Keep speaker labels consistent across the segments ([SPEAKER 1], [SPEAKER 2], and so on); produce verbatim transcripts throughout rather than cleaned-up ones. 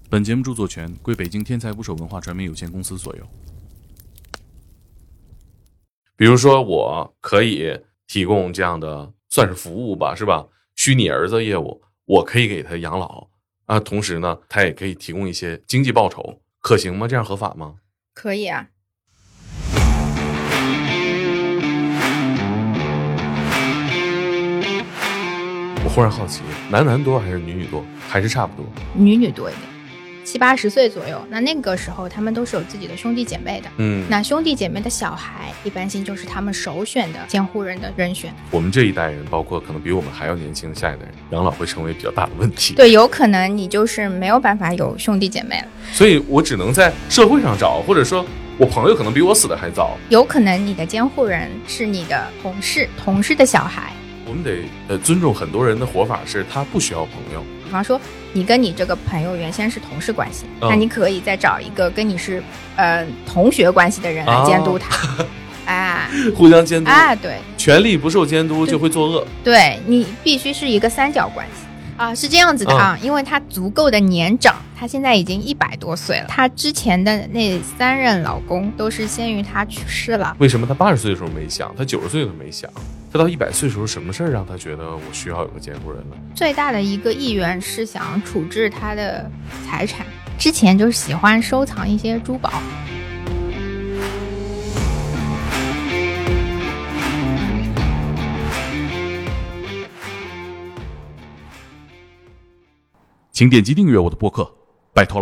[SPEAKER 1] 本节目著作权归北京天才捕手文化传媒有限公司所有。
[SPEAKER 2] 比如说我可以提供这样的算是服务吧，是吧？虚拟儿子业务，我可以给他养老啊，同时呢，他也可以提供一些经济报酬，可行吗？这样合法吗？
[SPEAKER 3] 可以啊。
[SPEAKER 2] 我忽然好奇，男男多还是女女多，还是差不多？
[SPEAKER 3] 女女多一点，七八十岁左右。那那个时候他们都是有自己的兄弟姐妹的，
[SPEAKER 2] 嗯，
[SPEAKER 3] 那兄弟姐妹的小孩一般性就是他们首选的监护人的人选。
[SPEAKER 2] 我们这一代人，包括可能比我们还要年轻的下一代人，养老会成为比较大的问题。
[SPEAKER 3] 对，有可能你就是没有办法有兄弟姐妹了，
[SPEAKER 2] 所以我只能在社会上找，或者说我朋友可能比我死的还早。
[SPEAKER 3] 有可能你的监护人是你的同事，同事的小孩。
[SPEAKER 2] 我们得呃尊重很多人的活法，是他不需要朋友。
[SPEAKER 3] 比方说你跟你这个朋友原先是同事关系，
[SPEAKER 2] 嗯、
[SPEAKER 3] 那你可以再找一个跟你是呃同学关系的人来监督他。啊
[SPEAKER 2] 啊，互相监督
[SPEAKER 3] 啊，对，
[SPEAKER 2] 权力不受监督就会作恶。
[SPEAKER 3] 对，你必须是一个三角关系啊，是这样子的啊，嗯、因为他足够的年长，他现在已经一百多岁了，他之前的那三任老公都是先于他去世了。
[SPEAKER 2] 为什么他八十岁的时候没想，他九十岁都没想？他到一百岁的时候，什么事儿让他觉得我需要有个监护人了？
[SPEAKER 3] 最大的一个意愿是想处置他的财产，之前就是喜欢收藏一些珠宝。
[SPEAKER 1] 请点击订阅我的播客，拜托了。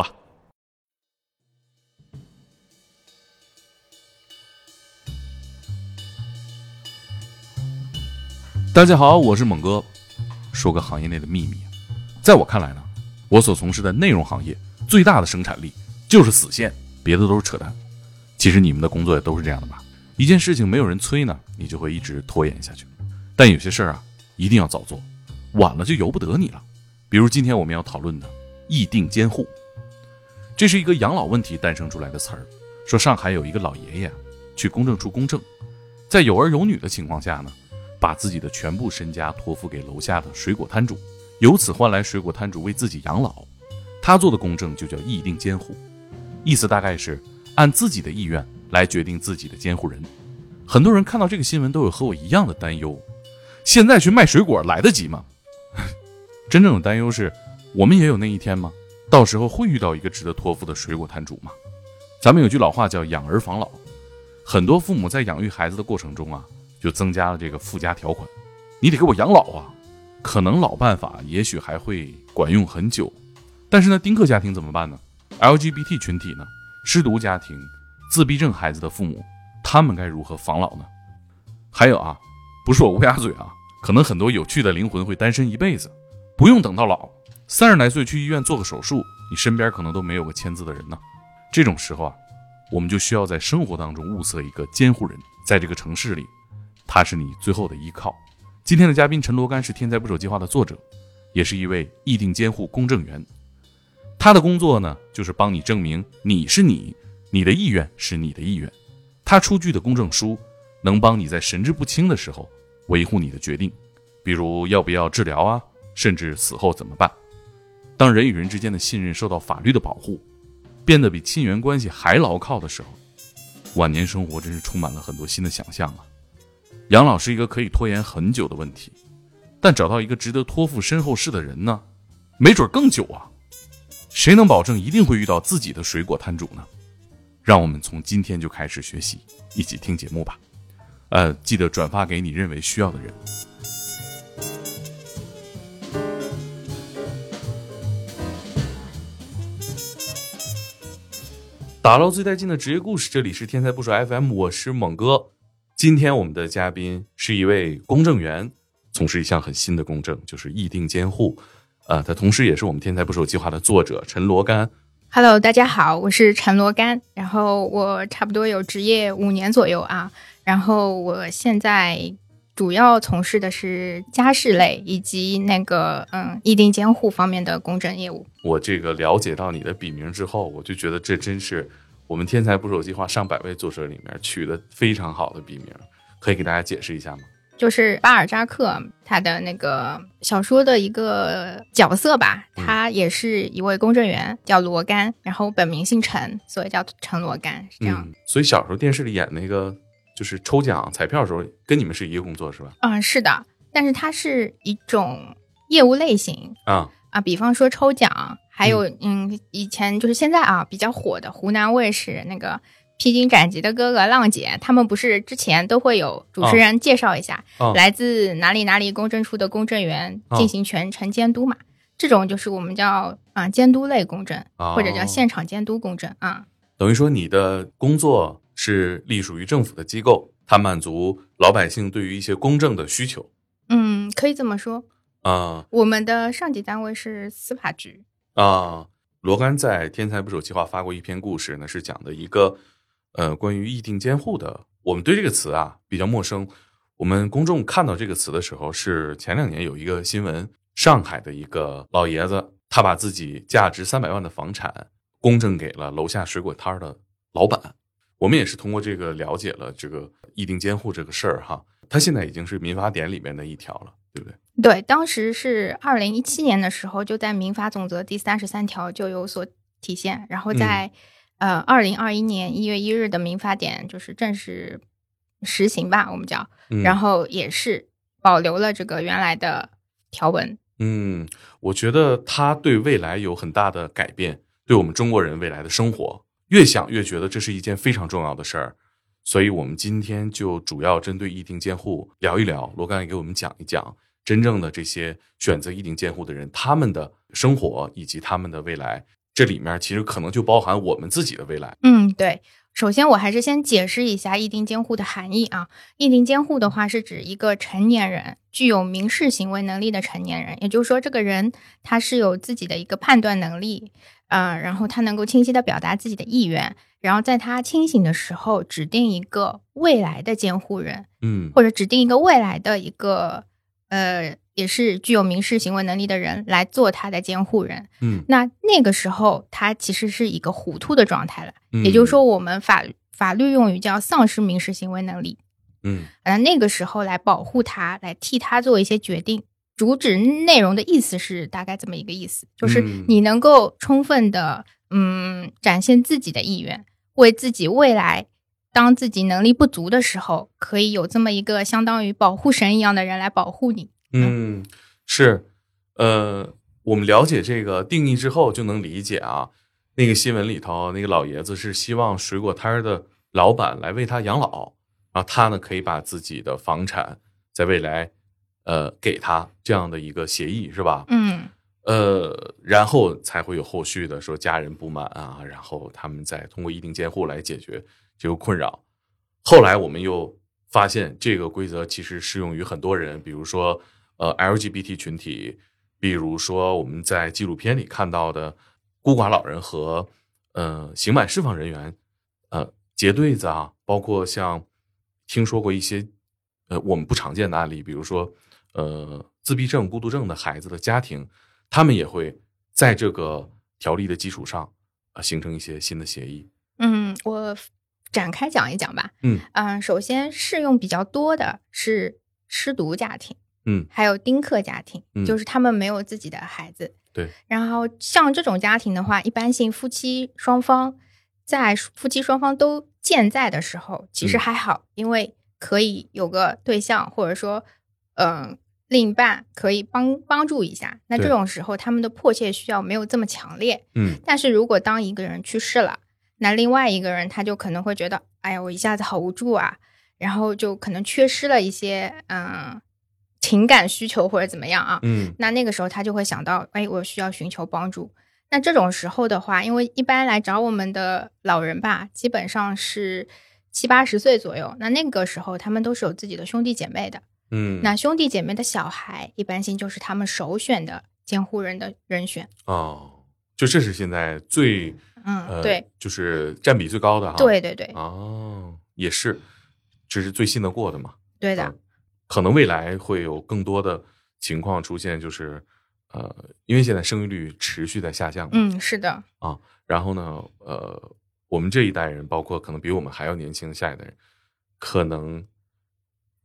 [SPEAKER 1] 大家好，我是猛哥。说个行业内的秘密，在我看来呢，我所从事的内容行业最大的生产力就是死线，别的都是扯淡。其实你们的工作也都是这样的吧？一件事情没有人催呢，你就会一直拖延下去。但有些事儿啊，一定要早做，晚了就由不得你了。比如今天我们要讨论的议定监护，这是一个养老问题诞生出来的词儿。说上海有一个老爷爷去公证处公证，在有儿有女的情况下呢，把自己的全部身家托付给楼下的水果摊主，由此换来水果摊主为自己养老。他做的公证就叫议定监护，意思大概是按自己的意愿来决定自己的监护人。很多人看到这个新闻都有和我一样的担忧，现在去卖水果来得及吗？真正的担忧是，我们也有那一天吗？到时候会遇到一个值得托付的水果摊主吗？咱们有句老话叫养儿防老，很多父母在养育孩子的过程中啊，就增加了这个附加条款，你得给我养老啊。可能老办法也许还会管用很久，但是呢，丁克家庭怎么办呢？ L G B T 群体呢？失独家庭、自闭症孩子的父母，他们该如何防老呢？还有啊，不是我乌鸦嘴啊，可能很多有趣的灵魂会单身一辈子，不用等到老，三十来岁去医院做个手术，你身边可能都没有个签字的人呢。这种时候啊，我们就需要在生活当中物色一个监护人，在这个城市里，他是你最后的依靠。今天的嘉宾陈罗干是天才捕手计划的作者，也是一位议定监护公证员。他的工作呢，就是帮你证明你是你，你的意愿是你的意愿。他出具的公证书能帮你在神志不清的时候维护你的决定，比如要不要治疗啊，甚至死后怎么办。当人与人之间的信任受到法律的保护，变得比亲缘关系还牢靠的时候，晚年生活真是充满了很多新的想象啊。养老是一个可以拖延很久的问题，但找到一个值得托付身后事的人呢，没准更久啊。谁能保证一定会遇到自己的水果摊主呢？让我们从今天就开始学习，一起听节目吧。呃，记得转发给你认为需要的人。打捞最带劲的职业故事，这里是天才捕手 F M， 我是猛哥。今天我们的嘉宾是一位公证员，从事一项很新的公证，就是议定监护。呃，他同时也是我们天才捕手计划的作者陈罗干。
[SPEAKER 3] Hello， 大家好，我是陈罗干，然后我差不多有职业五年左右啊，然后我现在主要从事的是家事类以及那个嗯议定监护方面的公证业务。
[SPEAKER 2] 我这个了解到你的笔名之后，我就觉得这真是我们天才捕手计划上百位作者里面取得非常好的笔名，可以给大家解释一下吗？
[SPEAKER 3] 就是巴尔扎克他的那个小说的一个角色吧，他也是一位公证员，叫罗干，然后本名姓陈，所以叫陈罗干，是这样、
[SPEAKER 2] 嗯。所以小时候电视里演那个就是抽奖彩票的时候，跟你们是一个工作是吧？
[SPEAKER 3] 嗯，是的，但是它是一种业务类型
[SPEAKER 2] 啊
[SPEAKER 3] 啊，比方说抽奖，还有嗯嗯，以前就是现在啊比较火的湖南卫视那个披荆斩棘的哥哥浪姐，他们不是之前都会有主持人介绍一下、
[SPEAKER 2] 哦、
[SPEAKER 3] 来自哪里哪里公证处的公证员进行全程监督嘛、哦、这种就是我们叫啊、呃、监督类公证、哦、或者叫现场监督公证啊。
[SPEAKER 2] 等于说你的工作是隶属于政府的机构，它满足老百姓对于一些公证的需求。
[SPEAKER 3] 嗯，可以这么说
[SPEAKER 2] 啊。
[SPEAKER 3] 我们的上级单位是司法局
[SPEAKER 2] 啊。罗干在天才捕手计划发过一篇故事呢，是讲的一个呃，关于议定监护的。我们对这个词啊比较陌生，我们公众看到这个词的时候是前两年有一个新闻，上海的一个老爷子，他把自己价值三百万的房产公证给了楼下水果摊的老板。我们也是通过这个了解了这个议定监护这个事儿哈，它现在已经是民法典里面的一条了，对不对？
[SPEAKER 3] 对，当时是二零一七年的时候，就在民法总则第三十三条就有所体现，然后在、嗯、呃二零二一年一月一日的民法典就是正式实行吧，我们叫、嗯、然后也是保留了这个原来的条文。
[SPEAKER 2] 嗯，我觉得它对未来有很大的改变，对我们中国人未来的生活，越想越觉得这是一件非常重要的事儿。所以我们今天就主要针对议定监护聊一聊，罗干也给我们讲一讲真正的这些选择议定监护的人，他们的生活以及他们的未来，这里面其实可能就包含我们自己的未来。
[SPEAKER 3] 嗯，对。首先我还是先解释一下议定监护的含义啊。议定监护的话是指一个成年人，具有民事行为能力的成年人，也就是说这个人他是有自己的一个判断能力，呃，然后他能够清晰的表达自己的意愿，然后在他清醒的时候指定一个未来的监护人，
[SPEAKER 2] 嗯，
[SPEAKER 3] 或者指定一个未来的一个呃也是具有民事行为能力的人来做他的监护人。
[SPEAKER 2] 嗯，
[SPEAKER 3] 那那个时候他其实是一个糊涂的状态了，嗯、也就是说我们法法律用语叫丧失民事行为能力。
[SPEAKER 2] 嗯，
[SPEAKER 3] 那那个时候来保护他，来替他做一些决定。主旨内容的意思是大概这么一个意思，就是你能够充分的嗯展现自己的意愿，为自己未来当自己能力不足的时候，可以有这么一个相当于保护神一样的人来保护你。
[SPEAKER 2] 嗯，是，呃，我们了解这个定义之后就能理解啊，那个新闻里头那个老爷子是希望水果摊的老板来为他养老，然后他呢可以把自己的房产在未来呃给他这样的一个协议，是吧？
[SPEAKER 3] 嗯，
[SPEAKER 2] 呃，然后才会有后续的说家人不满啊，然后他们再通过议定监护来解决这个困扰。后来我们又发现这个规则其实适用于很多人，比如说呃 L G B T 群体，比如说我们在纪录片里看到的孤寡老人和呃刑满释放人员呃结对子啊，包括像听说过一些呃我们不常见的案例，比如说呃自闭症孤独症的孩子的家庭，他们也会在这个条例的基础上呃形成一些新的协议。
[SPEAKER 3] 嗯，我展开讲一讲吧。
[SPEAKER 2] 嗯
[SPEAKER 3] 嗯、呃，首先适用比较多的是失独家庭，
[SPEAKER 2] 嗯，
[SPEAKER 3] 还有丁克家庭、
[SPEAKER 2] 嗯，
[SPEAKER 3] 就是他们没有自己的孩子。
[SPEAKER 2] 对。
[SPEAKER 3] 然后像这种家庭的话，一般性夫妻双方在夫妻双方都健在的时候，其实还好，嗯、因为可以有个对象，或者说，嗯、呃，另一半可以帮帮助一下。那这种时候，他们的迫切需要没有这么强烈。
[SPEAKER 2] 嗯。
[SPEAKER 3] 但是如果当一个人去世了，那另外一个人他就可能会觉得，哎呀，我一下子好无助啊，然后就可能缺失了一些嗯情感需求或者怎么样啊。
[SPEAKER 2] 嗯。
[SPEAKER 3] 那那个时候他就会想到，哎，我需要寻求帮助。那这种时候的话，因为一般来找我们的老人吧，基本上是七八十岁左右，那那个时候他们都是有自己的兄弟姐妹的。
[SPEAKER 2] 嗯。
[SPEAKER 3] 那兄弟姐妹的小孩，一般性就是他们首选的监护人的人选。
[SPEAKER 2] 哦，就这是现在最
[SPEAKER 3] 嗯、
[SPEAKER 2] 呃，
[SPEAKER 3] 对，
[SPEAKER 2] 就是占比最高的哈。
[SPEAKER 3] 对对对。
[SPEAKER 2] 哦，也是，这是最信得过的嘛。
[SPEAKER 3] 对的、
[SPEAKER 2] 呃。可能未来会有更多的情况出现，就是呃，因为现在生育率持续在下降嘛。
[SPEAKER 3] 嗯，是的。
[SPEAKER 2] 啊，然后呢，呃，我们这一代人，包括可能比我们还要年轻的下一代人，可能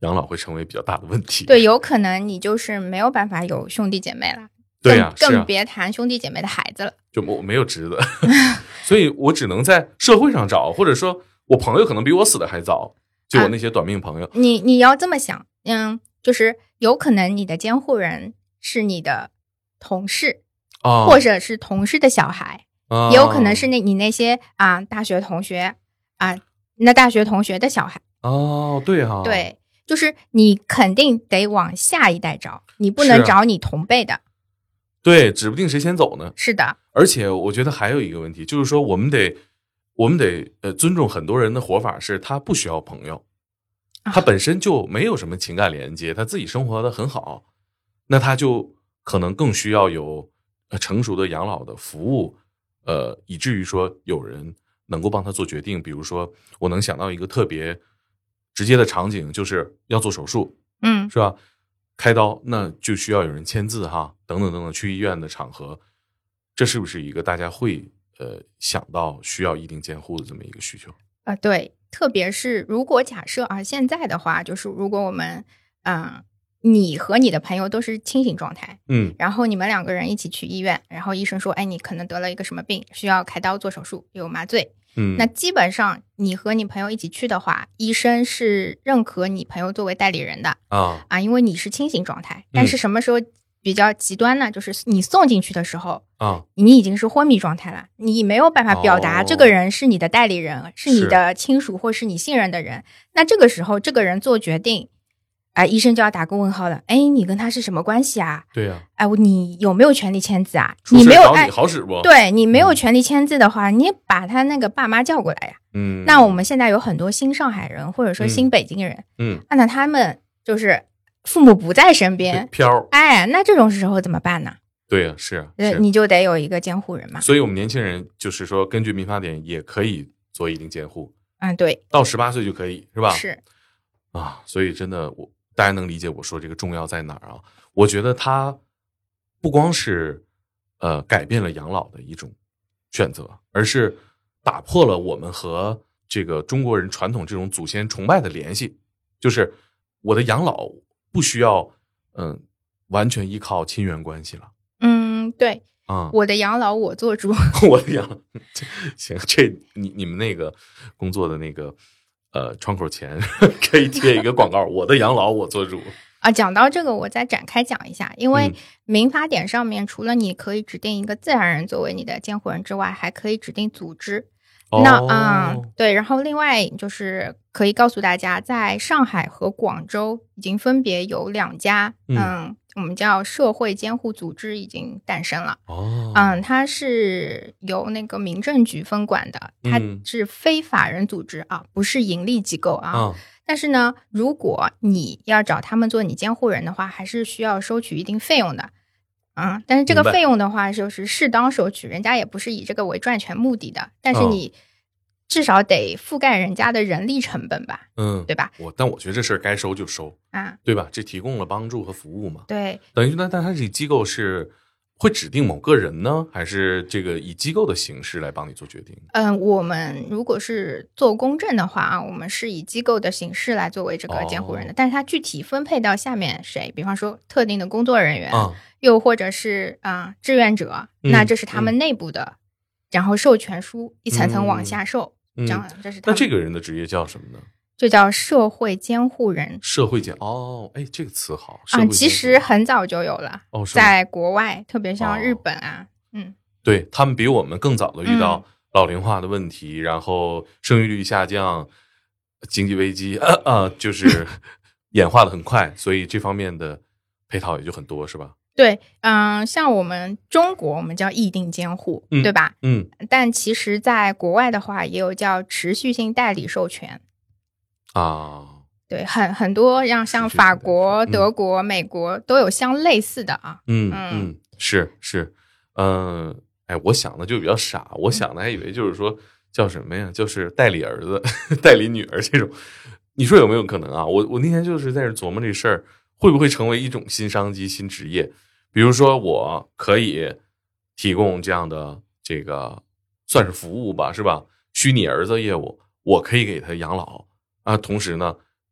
[SPEAKER 2] 养老会成为比较大的问题。
[SPEAKER 3] 对，有可能你就是没有办法有兄弟姐妹了。
[SPEAKER 2] 对呀、啊，
[SPEAKER 3] 更更别谈兄弟姐妹的孩子了。
[SPEAKER 2] 就我没有侄子，所以我只能在社会上找，或者说我朋友可能比我死的还早，就我那些短命朋友。
[SPEAKER 3] 啊、你你要这么想，嗯，就是有可能你的监护人是你的同事，
[SPEAKER 2] 啊、
[SPEAKER 3] 或者是同事的小孩，
[SPEAKER 2] 啊、
[SPEAKER 3] 也有可能是那你那些啊大学同学啊，那大学同学的小孩。
[SPEAKER 2] 哦，对哈、啊，
[SPEAKER 3] 对，就是你肯定得往下一代找，你不能找你同辈的。
[SPEAKER 2] 对，指不定谁先走呢。
[SPEAKER 3] 是的，
[SPEAKER 2] 而且我觉得还有一个问题，就是说我们得，我们得呃尊重很多人的活法，是他不需要朋友，他本身就没有什么情感连接，他自己生活的很好，那他就可能更需要有呃成熟的养老的服务，呃，以至于说有人能够帮他做决定。比如说，我能想到一个特别直接的场景，就是要做手术，
[SPEAKER 3] 嗯，
[SPEAKER 2] 是吧？开刀那就需要有人签字哈，等等等等，去医院的场合，这是不是一个大家会呃想到需要一定监护的这么一个需求？
[SPEAKER 3] 啊、呃，对，特别是如果假设啊，现在的话，就是如果我们嗯、呃，你和你的朋友都是清醒状态，
[SPEAKER 2] 嗯，
[SPEAKER 3] 然后你们两个人一起去医院，然后医生说，哎，你可能得了一个什么病，需要开刀做手术，有麻醉。
[SPEAKER 2] 嗯，
[SPEAKER 3] 那基本上你和你朋友一起去的话，医生是认可你朋友作为代理人的
[SPEAKER 2] 啊
[SPEAKER 3] 啊，因为你是清醒状态。但是什么时候比较极端呢？就是你送进去的时候
[SPEAKER 2] 啊，
[SPEAKER 3] 你已经是昏迷状态了，你没有办法表达这个人是你的代理人，哦、是你的亲属或是你信任的人。那这个时候，这个人做决定，哎、呃，医生就要打个问号了。哎，你跟他是什么关系啊？
[SPEAKER 2] 对呀、
[SPEAKER 3] 啊，哎，你有没有权利签字啊？
[SPEAKER 2] 你
[SPEAKER 3] 没有
[SPEAKER 2] 哎，好使不？
[SPEAKER 3] 对你没有权利签字的话，嗯、你也把他那个爸妈叫过来呀。
[SPEAKER 2] 嗯，
[SPEAKER 3] 那我们现在有很多新上海人或者说新北京人，
[SPEAKER 2] 嗯，
[SPEAKER 3] 啊、那他们就是父母不在身边，
[SPEAKER 2] 飘，
[SPEAKER 3] 哎，那这种时候怎么办呢？
[SPEAKER 2] 对呀、啊，是啊，
[SPEAKER 3] 是你就得有一个监护人嘛。
[SPEAKER 2] 所以我们年轻人就是说，根据民法典也可以做一定监护。
[SPEAKER 3] 嗯，对，
[SPEAKER 2] 到十八岁就可以，是吧？
[SPEAKER 3] 是
[SPEAKER 2] 啊，所以真的我大家能理解我说这个重要在哪儿啊？我觉得它不光是呃改变了养老的一种选择，而是打破了我们和这个中国人传统这种祖先崇拜的联系，就是我的养老不需要嗯完全依靠亲缘关系了。
[SPEAKER 3] 嗯，对
[SPEAKER 2] 啊、嗯，
[SPEAKER 3] 我的养老我做主。
[SPEAKER 2] 我的养行，这你你们那个工作的那个呃窗口前可以贴一个广告，我的养老我做主。
[SPEAKER 3] 啊，讲到这个，我再展开讲一下，因为民法典上面除了你可以指定一个自然人作为你的监护人之外，还可以指定组织。
[SPEAKER 2] 哦、
[SPEAKER 3] 那啊、嗯，对，然后另外就是可以告诉大家，在上海和广州已经分别有两家，嗯。嗯我们叫社会监护组织已经诞生了。
[SPEAKER 2] 哦，
[SPEAKER 3] 嗯，它是由那个民政局分管的，它是非法人组织啊，不是盈利机构啊。
[SPEAKER 2] 哦、
[SPEAKER 3] 但是呢，如果你要找他们做你监护人的话，还是需要收取一定费用的。嗯，但是这个费用的话，就是适当收取，人家也不是以这个为赚钱目的的，但是你至少得覆盖人家的人力成本吧，
[SPEAKER 2] 嗯，
[SPEAKER 3] 对吧？
[SPEAKER 2] 我但我觉得这事儿该收就收
[SPEAKER 3] 啊，
[SPEAKER 2] 对吧？这提供了帮助和服务嘛，
[SPEAKER 3] 对，
[SPEAKER 2] 等于那但它这机构是会指定某个人呢，还是这个以机构的形式来帮你做决定？
[SPEAKER 3] 嗯，我们如果是做公证的话啊，我们是以机构的形式来作为这个监护人的，
[SPEAKER 2] 哦、
[SPEAKER 3] 但是它具体分配到下面谁，比方说特定的工作人员，
[SPEAKER 2] 啊、
[SPEAKER 3] 又或者是啊、呃、志愿者、嗯，那这是他们内部的，嗯、然后授权书一层层往下授。
[SPEAKER 2] 嗯
[SPEAKER 3] 这样，这是
[SPEAKER 2] 那这个人的职业叫什么呢？
[SPEAKER 3] 就叫社会监护人。
[SPEAKER 2] 社会监哦，哎，这个词好
[SPEAKER 3] 啊，其实很早就有了，
[SPEAKER 2] 哦，
[SPEAKER 3] 在国外，特别像日本啊，
[SPEAKER 2] 哦、
[SPEAKER 3] 嗯，
[SPEAKER 2] 对他们比我们更早的遇到老龄化的问题，嗯、然后生育率下降，经济危机，啊啊，就是演化的很快，所以这方面的配套也就很多，是吧？
[SPEAKER 3] 对，嗯、呃，像我们中国，我们叫议定监护，
[SPEAKER 2] 嗯、
[SPEAKER 3] 对吧？
[SPEAKER 2] 嗯，
[SPEAKER 3] 但其实在国外的话，也有叫持续性代理授权
[SPEAKER 2] 啊。
[SPEAKER 3] 对，很很多像像法国、德国、嗯、美国都有相类似的啊。
[SPEAKER 2] 嗯嗯，是是，嗯、呃，哎，我想的就比较傻，我想的还以为就是说叫什么呀，就是代理儿子、代理女儿这种。你说有没有可能啊？我我那天就是在这琢磨这事儿。会不会成为一种新商机、新职业？比如说，我可以提供这样的这个算是服务吧，是吧？虚拟儿子业务，我可以给他养老啊。同时呢，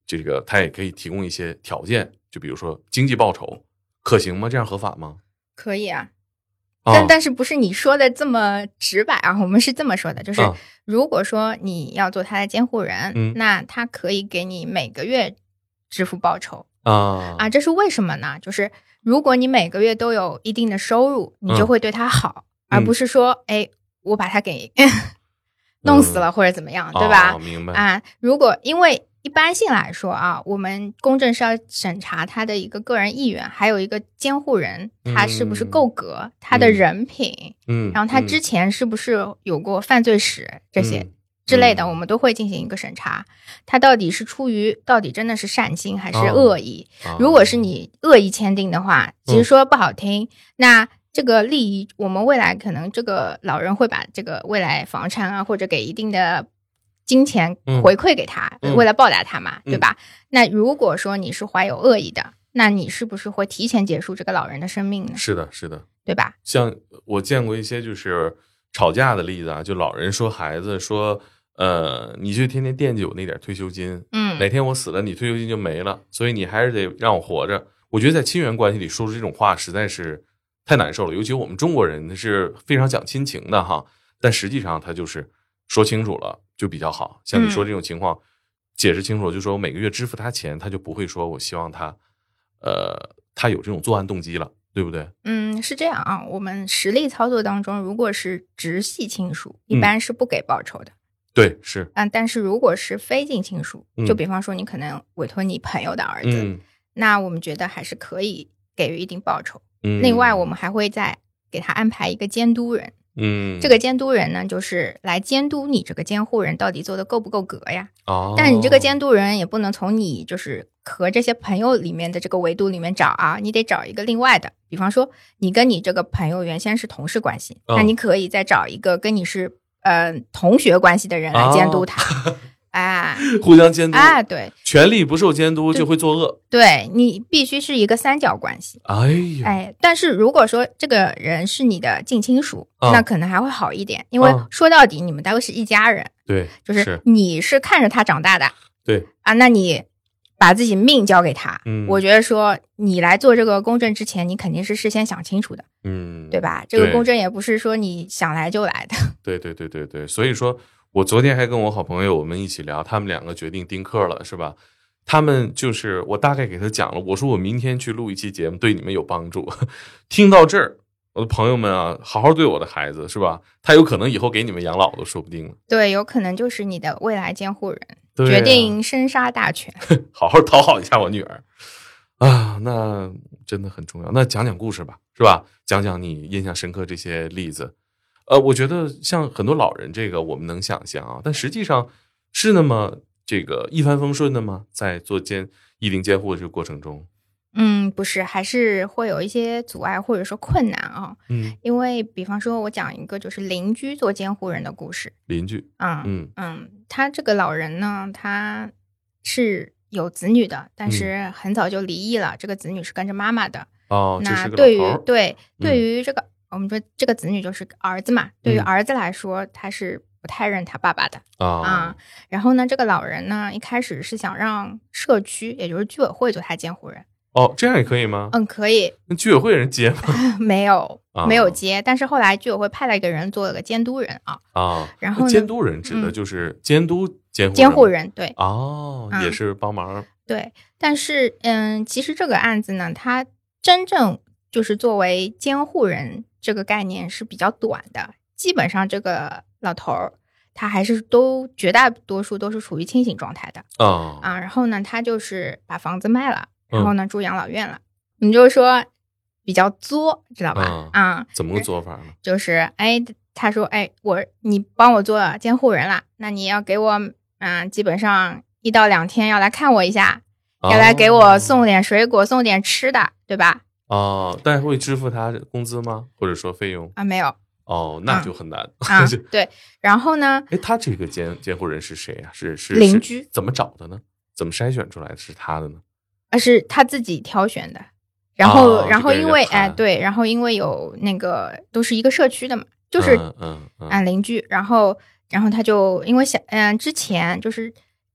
[SPEAKER 2] 这个他也可以提供一些条件，就比如说经济报酬，可行吗？这样合法吗？
[SPEAKER 3] 可以啊。
[SPEAKER 2] 哦、
[SPEAKER 3] 但但是不是你说的这么直白啊？我们是这么说的，就是如果说你要做他的监护人，
[SPEAKER 2] 嗯、
[SPEAKER 3] 那他可以给你每个月支付报酬
[SPEAKER 2] 啊
[SPEAKER 3] 啊，这是为什么呢？就是如果你每个月都有一定的收入，你就会对他好，
[SPEAKER 2] 嗯、
[SPEAKER 3] 而不是说哎，我把他给弄死了或者怎么样，
[SPEAKER 2] 嗯、
[SPEAKER 3] 对吧？
[SPEAKER 2] 哦、明白
[SPEAKER 3] 啊，如果因为一般性来说啊，我们公证是要审查他的一个个人意愿，还有一个监护人他是不是够格，
[SPEAKER 2] 嗯、
[SPEAKER 3] 他的人品，
[SPEAKER 2] 嗯，
[SPEAKER 3] 然后他之前是不是有过犯罪史、嗯、这些之类的、嗯，我们都会进行一个审查。他到底是出于到底真的是善心还是恶意？
[SPEAKER 2] 哦、
[SPEAKER 3] 如果是你恶意签订的话，其实说不好听，嗯、那这个利益，我们未来可能这个老人会把这个未来房产啊，或者给一定的金钱回馈给他、嗯、为了报答他嘛、嗯、对吧？那如果说你是怀有恶意的，那你是不是会提前结束这个老人的生命呢？
[SPEAKER 2] 是的是的，
[SPEAKER 3] 对吧？
[SPEAKER 2] 像我见过一些就是吵架的例子啊，就老人说孩子说呃，你就天天惦记我那点退休金，
[SPEAKER 3] 嗯，
[SPEAKER 2] 哪天我死了你退休金就没了，所以你还是得让我活着。我觉得在亲缘关系里说出这种话实在是太难受了，尤其我们中国人是非常讲亲情的哈，但实际上他就是说清楚了就比较好。像你说这种情况、嗯、解释清楚，就说我每个月支付他钱，他就不会说我希望他呃，他有这种作案动机了，对不对？
[SPEAKER 3] 嗯，是这样啊。我们实力操作当中，如果是直系亲属一般是不给报酬的、
[SPEAKER 2] 嗯、对，是
[SPEAKER 3] 嗯，但是如果是非近亲属、
[SPEAKER 2] 嗯、
[SPEAKER 3] 就比方说你可能委托你朋友的儿子、
[SPEAKER 2] 嗯、
[SPEAKER 3] 那我们觉得还是可以给予一定报酬、
[SPEAKER 2] 嗯、
[SPEAKER 3] 另外我们还会再给他安排一个监督人。
[SPEAKER 2] 嗯，
[SPEAKER 3] 这个监督人呢，就是来监督你这个监护人到底做的够不够格呀。
[SPEAKER 2] 哦，
[SPEAKER 3] 但你这个监督人也不能从你就是和这些朋友里面的这个维度里面找啊，你得找一个另外的。比方说，你跟你这个朋友原先是同事关系，哦、那你可以再找一个跟你是呃同学关系的人来监督他。哦哎，
[SPEAKER 2] 互相监督
[SPEAKER 3] 啊，对，
[SPEAKER 2] 权力不受监督就会作恶。
[SPEAKER 3] 对，你必须是一个三角关系。
[SPEAKER 2] 哎呀，
[SPEAKER 3] 哎，但是如果说这个人是你的近亲属、
[SPEAKER 2] 哦、
[SPEAKER 3] 那可能还会好一点，因为说到底你们都是一家人。
[SPEAKER 2] 对、哦，
[SPEAKER 3] 就是你是看着他长大的。
[SPEAKER 2] 对
[SPEAKER 3] 啊，那你把自己命交给他，
[SPEAKER 2] 嗯，
[SPEAKER 3] 我觉得说你来做这个公证之前，你肯定是事先想清楚的，
[SPEAKER 2] 嗯，
[SPEAKER 3] 对吧？这个公证也不是说你想来就来的。
[SPEAKER 2] 对对对对对，所以说。我昨天还跟我好朋友我们一起聊，他们两个决定丁克了，是吧？他们就是我大概给他讲了，我说我明天去录一期节目，对你们有帮助。听到这儿，我的朋友们啊，好好对我的孩子，是吧？他有可能以后给你们养老都说不定了。
[SPEAKER 3] 对，有可能就是你的未来监护人，啊、决定生杀大权。
[SPEAKER 2] 好好讨好一下我女儿啊，那真的很重要。那讲讲故事吧，是吧？讲讲你印象深刻这些例子。呃，我觉得像很多老人这个我们能想象啊，但实际上是那么这个一帆风顺的吗？在做监意定监护的这个过程中，
[SPEAKER 3] 嗯，不是，还是会有一些阻碍或者说困难啊。
[SPEAKER 2] 嗯，
[SPEAKER 3] 因为比方说我讲一个就是邻居做监护人的故事。
[SPEAKER 2] 邻居，
[SPEAKER 3] 嗯
[SPEAKER 2] 嗯
[SPEAKER 3] 嗯，他这个老人呢，他是有子女的，但是很早就离异了，嗯、这个子女是跟着妈妈的。
[SPEAKER 2] 哦，
[SPEAKER 3] 那对于对对
[SPEAKER 2] 嗯、
[SPEAKER 3] 于这个。我们说这个子女就是儿子嘛，对于儿子来说，嗯、他是不太认他爸爸的啊、
[SPEAKER 2] 哦
[SPEAKER 3] 嗯。然后呢，这个老人呢，一开始是想让社区，也就是居委会做他监护人。
[SPEAKER 2] 哦，这样也可以吗？
[SPEAKER 3] 嗯，可以。
[SPEAKER 2] 那居委会人接吗？
[SPEAKER 3] 没有，
[SPEAKER 2] 哦、
[SPEAKER 3] 没有接。但是后来居委会派了一个人做了个监督人啊。
[SPEAKER 2] 啊、哦，
[SPEAKER 3] 然后
[SPEAKER 2] 监督人指的就是监督监护人、
[SPEAKER 3] 嗯、监护人，对。
[SPEAKER 2] 哦，
[SPEAKER 3] 嗯、
[SPEAKER 2] 也是帮忙。
[SPEAKER 3] 对，但是嗯，其实这个案子呢，它真正就是作为监护人。这个概念是比较短的，基本上这个老头儿他还是都绝大多数都是处于清醒状态的
[SPEAKER 2] 啊、
[SPEAKER 3] 啊。然后呢，他就是把房子卖了，然后呢、嗯、住养老院了。你就是说比较作，知道吧？啊、
[SPEAKER 2] 嗯，怎么个做法呢？
[SPEAKER 3] 就是哎，他说哎，我你帮我做监护人了，那你要给我嗯、呃，基本上一到两天要来看我一下，
[SPEAKER 2] 哦、
[SPEAKER 3] 要来给我送点水果，送点吃的，对吧？
[SPEAKER 2] 哦，但会支付他工资吗？或者说费用
[SPEAKER 3] 啊？没有。
[SPEAKER 2] 哦，那就很难。
[SPEAKER 3] 啊，对。然后呢？
[SPEAKER 2] 哎，他这个监监护人是谁啊？是是
[SPEAKER 3] 邻居。
[SPEAKER 2] 怎么找的呢？怎么筛选出来的是他的呢？
[SPEAKER 3] 啊，是他自己挑选的。然后，
[SPEAKER 2] 哦、
[SPEAKER 3] 然后因为哎，对，然后因为有那个都是一个社区的嘛，就是
[SPEAKER 2] 嗯嗯
[SPEAKER 3] 啊邻居。然后，然后他就因为想嗯、呃、之前就是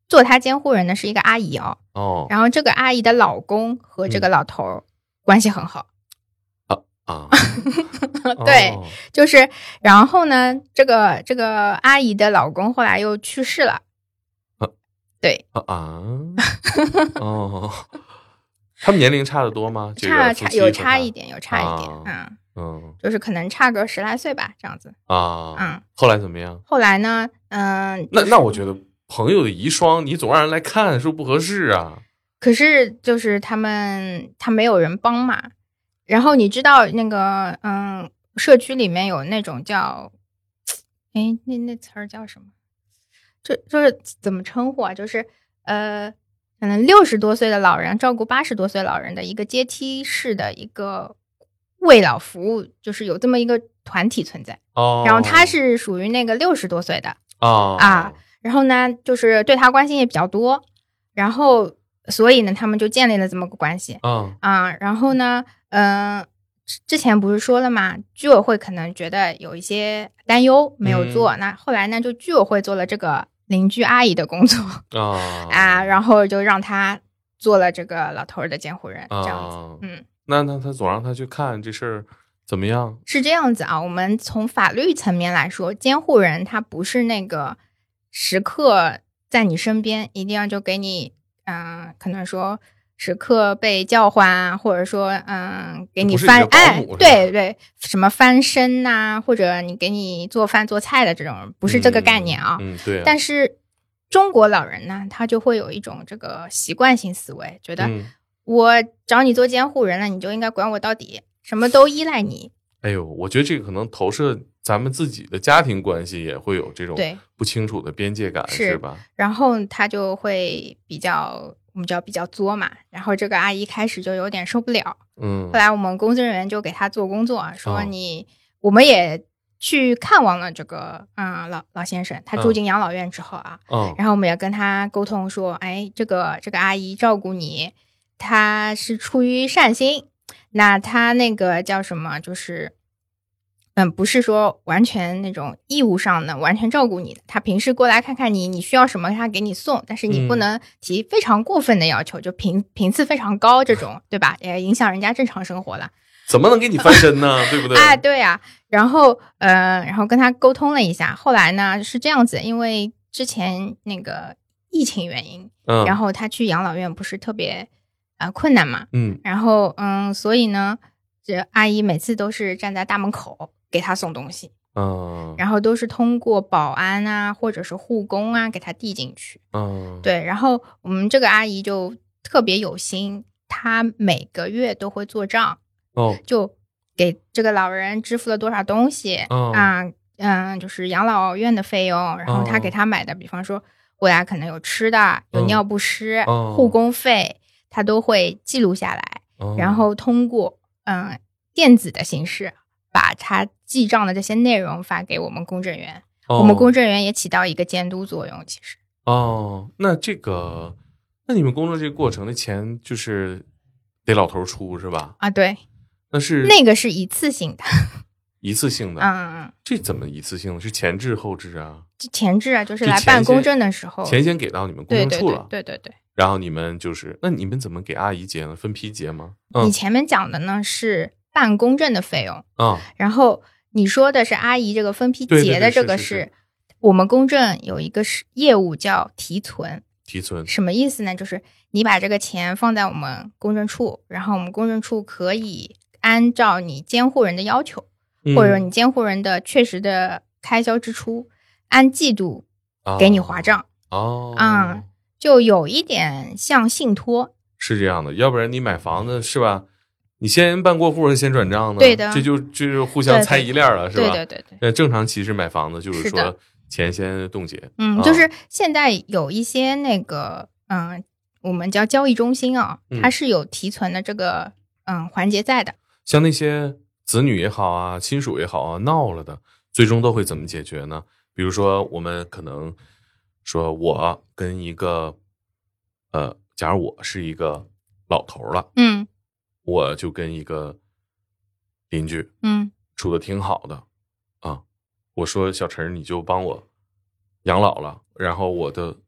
[SPEAKER 3] 做他监护人的是一个阿姨哦，
[SPEAKER 2] 哦
[SPEAKER 3] 然后这个阿姨的老公和这个老头儿关系很好，
[SPEAKER 2] 啊啊，
[SPEAKER 3] 对，
[SPEAKER 2] 哦
[SPEAKER 3] 就是然后呢，这个这个阿姨的老公后来又去世了，
[SPEAKER 2] 啊
[SPEAKER 3] 对，
[SPEAKER 2] 啊啊，哦，他们年龄差得多吗？这个
[SPEAKER 3] 差
[SPEAKER 2] 夫妻和
[SPEAKER 3] 差有差
[SPEAKER 2] 他
[SPEAKER 3] 一点，有差一点，
[SPEAKER 2] 啊
[SPEAKER 3] 嗯，
[SPEAKER 2] 嗯
[SPEAKER 3] 就是可能差个十来岁吧，这样子，
[SPEAKER 2] 啊，
[SPEAKER 3] 嗯，
[SPEAKER 2] 后来怎么样？
[SPEAKER 3] 后来呢，嗯、
[SPEAKER 2] 那那我觉得朋友的遗孀，你总让人来看，是不是不合适啊？
[SPEAKER 3] 可是就是他们他没有人帮嘛，然后你知道那个嗯，社区里面有那种叫，哎，那那词儿叫什么？这就是怎么称呼啊？就是呃，可能六十多岁的老人照顾八十多岁老人的一个阶梯式的一个慰老服务，就是有这么一个团体存在。
[SPEAKER 2] 哦，
[SPEAKER 3] 然后他是属于那个六十多岁的
[SPEAKER 2] 啊
[SPEAKER 3] 啊，然后呢，就是对他关心也比较多，然后所以呢，他们就建立了这么个关系
[SPEAKER 2] 啊
[SPEAKER 3] 啊。然后呢，嗯、呃，之前不是说了嘛，居委会可能觉得有一些担忧没有做，
[SPEAKER 2] 嗯、
[SPEAKER 3] 那后来呢，就居委会做了这个邻居阿姨的工作
[SPEAKER 2] 啊
[SPEAKER 3] 啊，然后就让他做了这个老头儿的监护人，
[SPEAKER 2] 啊
[SPEAKER 3] 这样子，嗯。
[SPEAKER 2] 那那他总让他去看这事儿怎么样？
[SPEAKER 3] 是这样子啊，我们从法律层面来说，监护人他不是那个时刻在你身边，一定要就给你，嗯、呃，可能说时刻被叫唤啊，或者说，嗯、呃，给你翻，哎，对对，什么翻身呐、啊，或者你给你做饭做菜的这种，不是这个概念啊。
[SPEAKER 2] 嗯，嗯对啊。
[SPEAKER 3] 但是中国老人呢，他就会有一种这个习惯性思维，觉得我找你做监护人了，你就应该管我到底。什么都依赖你。
[SPEAKER 2] 哎呦，我觉得这个可能投射咱们自己的家庭关系也会有这种不清楚的边界感，是, 是吧？
[SPEAKER 3] 然后他就会比较，我们叫比较作嘛。然后这个阿姨开始就有点受不了，
[SPEAKER 2] 嗯。
[SPEAKER 3] 后来我们公证人员就给他做工作，说你，哦、我们也去看望了这个嗯老老先生，他住进养老院之后啊，
[SPEAKER 2] 嗯，
[SPEAKER 3] 然后我们也跟他沟通说，哎，这个这个阿姨照顾你，她是出于善心。那他那个叫什么？就是，嗯，不是说完全那种义务上的完全照顾你的。他平时过来看看你，你需要什么，他给你送，但是你不能提非常过分的要求，嗯、就频频次非常高这种，对吧？也影响人家正常生活了。
[SPEAKER 2] 怎么能给你翻身呢？对不对？
[SPEAKER 3] 啊，对呀、啊。然后，呃，然后跟他沟通了一下，后来呢是这样子，因为之前那个疫情原因，
[SPEAKER 2] 嗯，
[SPEAKER 3] 然后他去养老院不是特别。呃，困难嘛，
[SPEAKER 2] 嗯，
[SPEAKER 3] 然后嗯，所以呢，这阿姨每次都是站在大门口给他送东西，
[SPEAKER 2] 嗯，
[SPEAKER 3] 然后都是通过保安啊或者是护工啊给他递进去，
[SPEAKER 2] 嗯，
[SPEAKER 3] 对，然后我们这个阿姨就特别有心，她每个月都会做账，
[SPEAKER 2] 哦，
[SPEAKER 3] 就给这个老人支付了多少东西，
[SPEAKER 2] 哦、
[SPEAKER 3] 啊，嗯，就是养老院的费用，然后他给他买的，哦、比方说未来可能有吃的，有尿不湿，
[SPEAKER 2] 哦、
[SPEAKER 3] 护工费。他都会记录下来，
[SPEAKER 2] 哦、
[SPEAKER 3] 然后通过嗯电子的形式把他记账的这些内容发给我们公证员，
[SPEAKER 2] 哦、
[SPEAKER 3] 我们公证员也起到一个监督作用。其实
[SPEAKER 2] 哦，那这个，那你们公证这个过程的钱就是得老头出是吧？
[SPEAKER 3] 啊，对，
[SPEAKER 2] 那是
[SPEAKER 3] 那个是一次性的，
[SPEAKER 2] 一次性的，
[SPEAKER 3] 嗯嗯，
[SPEAKER 2] 这怎么一次性的？是前置后置啊？
[SPEAKER 3] 前置啊，就是来办公证的时候，
[SPEAKER 2] 钱先给到你们公证处了，
[SPEAKER 3] 对对对对对。
[SPEAKER 2] 然后你们就是，那你们怎么给阿姨结呢？分批结吗？嗯、
[SPEAKER 3] 你前面讲的呢是办公证的费用
[SPEAKER 2] 啊、嗯，
[SPEAKER 3] 然后你说的是阿姨这个分批结的这个是，
[SPEAKER 2] 对对对是是是
[SPEAKER 3] 我们公证有一个是业务叫提存。
[SPEAKER 2] 提存
[SPEAKER 3] 什么意思呢？就是你把这个钱放在我们公证处，然后我们公证处可以按照你监护人的要求，
[SPEAKER 2] 嗯、
[SPEAKER 3] 或者说你监护人的确实的开销支出，按季度给你划账。
[SPEAKER 2] 哦，
[SPEAKER 3] 嗯。就有一点像信托，
[SPEAKER 2] 是这样的，要不然你买房子是吧？你先办过户，先转账呢？
[SPEAKER 3] 对的，
[SPEAKER 2] 这就就是互相猜疑链了，
[SPEAKER 3] 对对
[SPEAKER 2] 是吧？
[SPEAKER 3] 对对对
[SPEAKER 2] 对。正常其实买房子就是说钱先冻结，
[SPEAKER 3] 嗯，
[SPEAKER 2] 啊、
[SPEAKER 3] 就是现在有一些那个嗯，我们叫交易中心啊，它是有提存的这个嗯环节在的。
[SPEAKER 2] 像那些子女也好啊，亲属也好啊，闹了的，最终都会怎么解决呢？比如说我们可能。说我跟一个，呃，假如我是一个老头了，
[SPEAKER 3] 嗯，
[SPEAKER 2] 我就跟一个邻居，
[SPEAKER 3] 嗯，
[SPEAKER 2] 处的挺好的，啊，我说小陈，你就帮我养老了，然后我的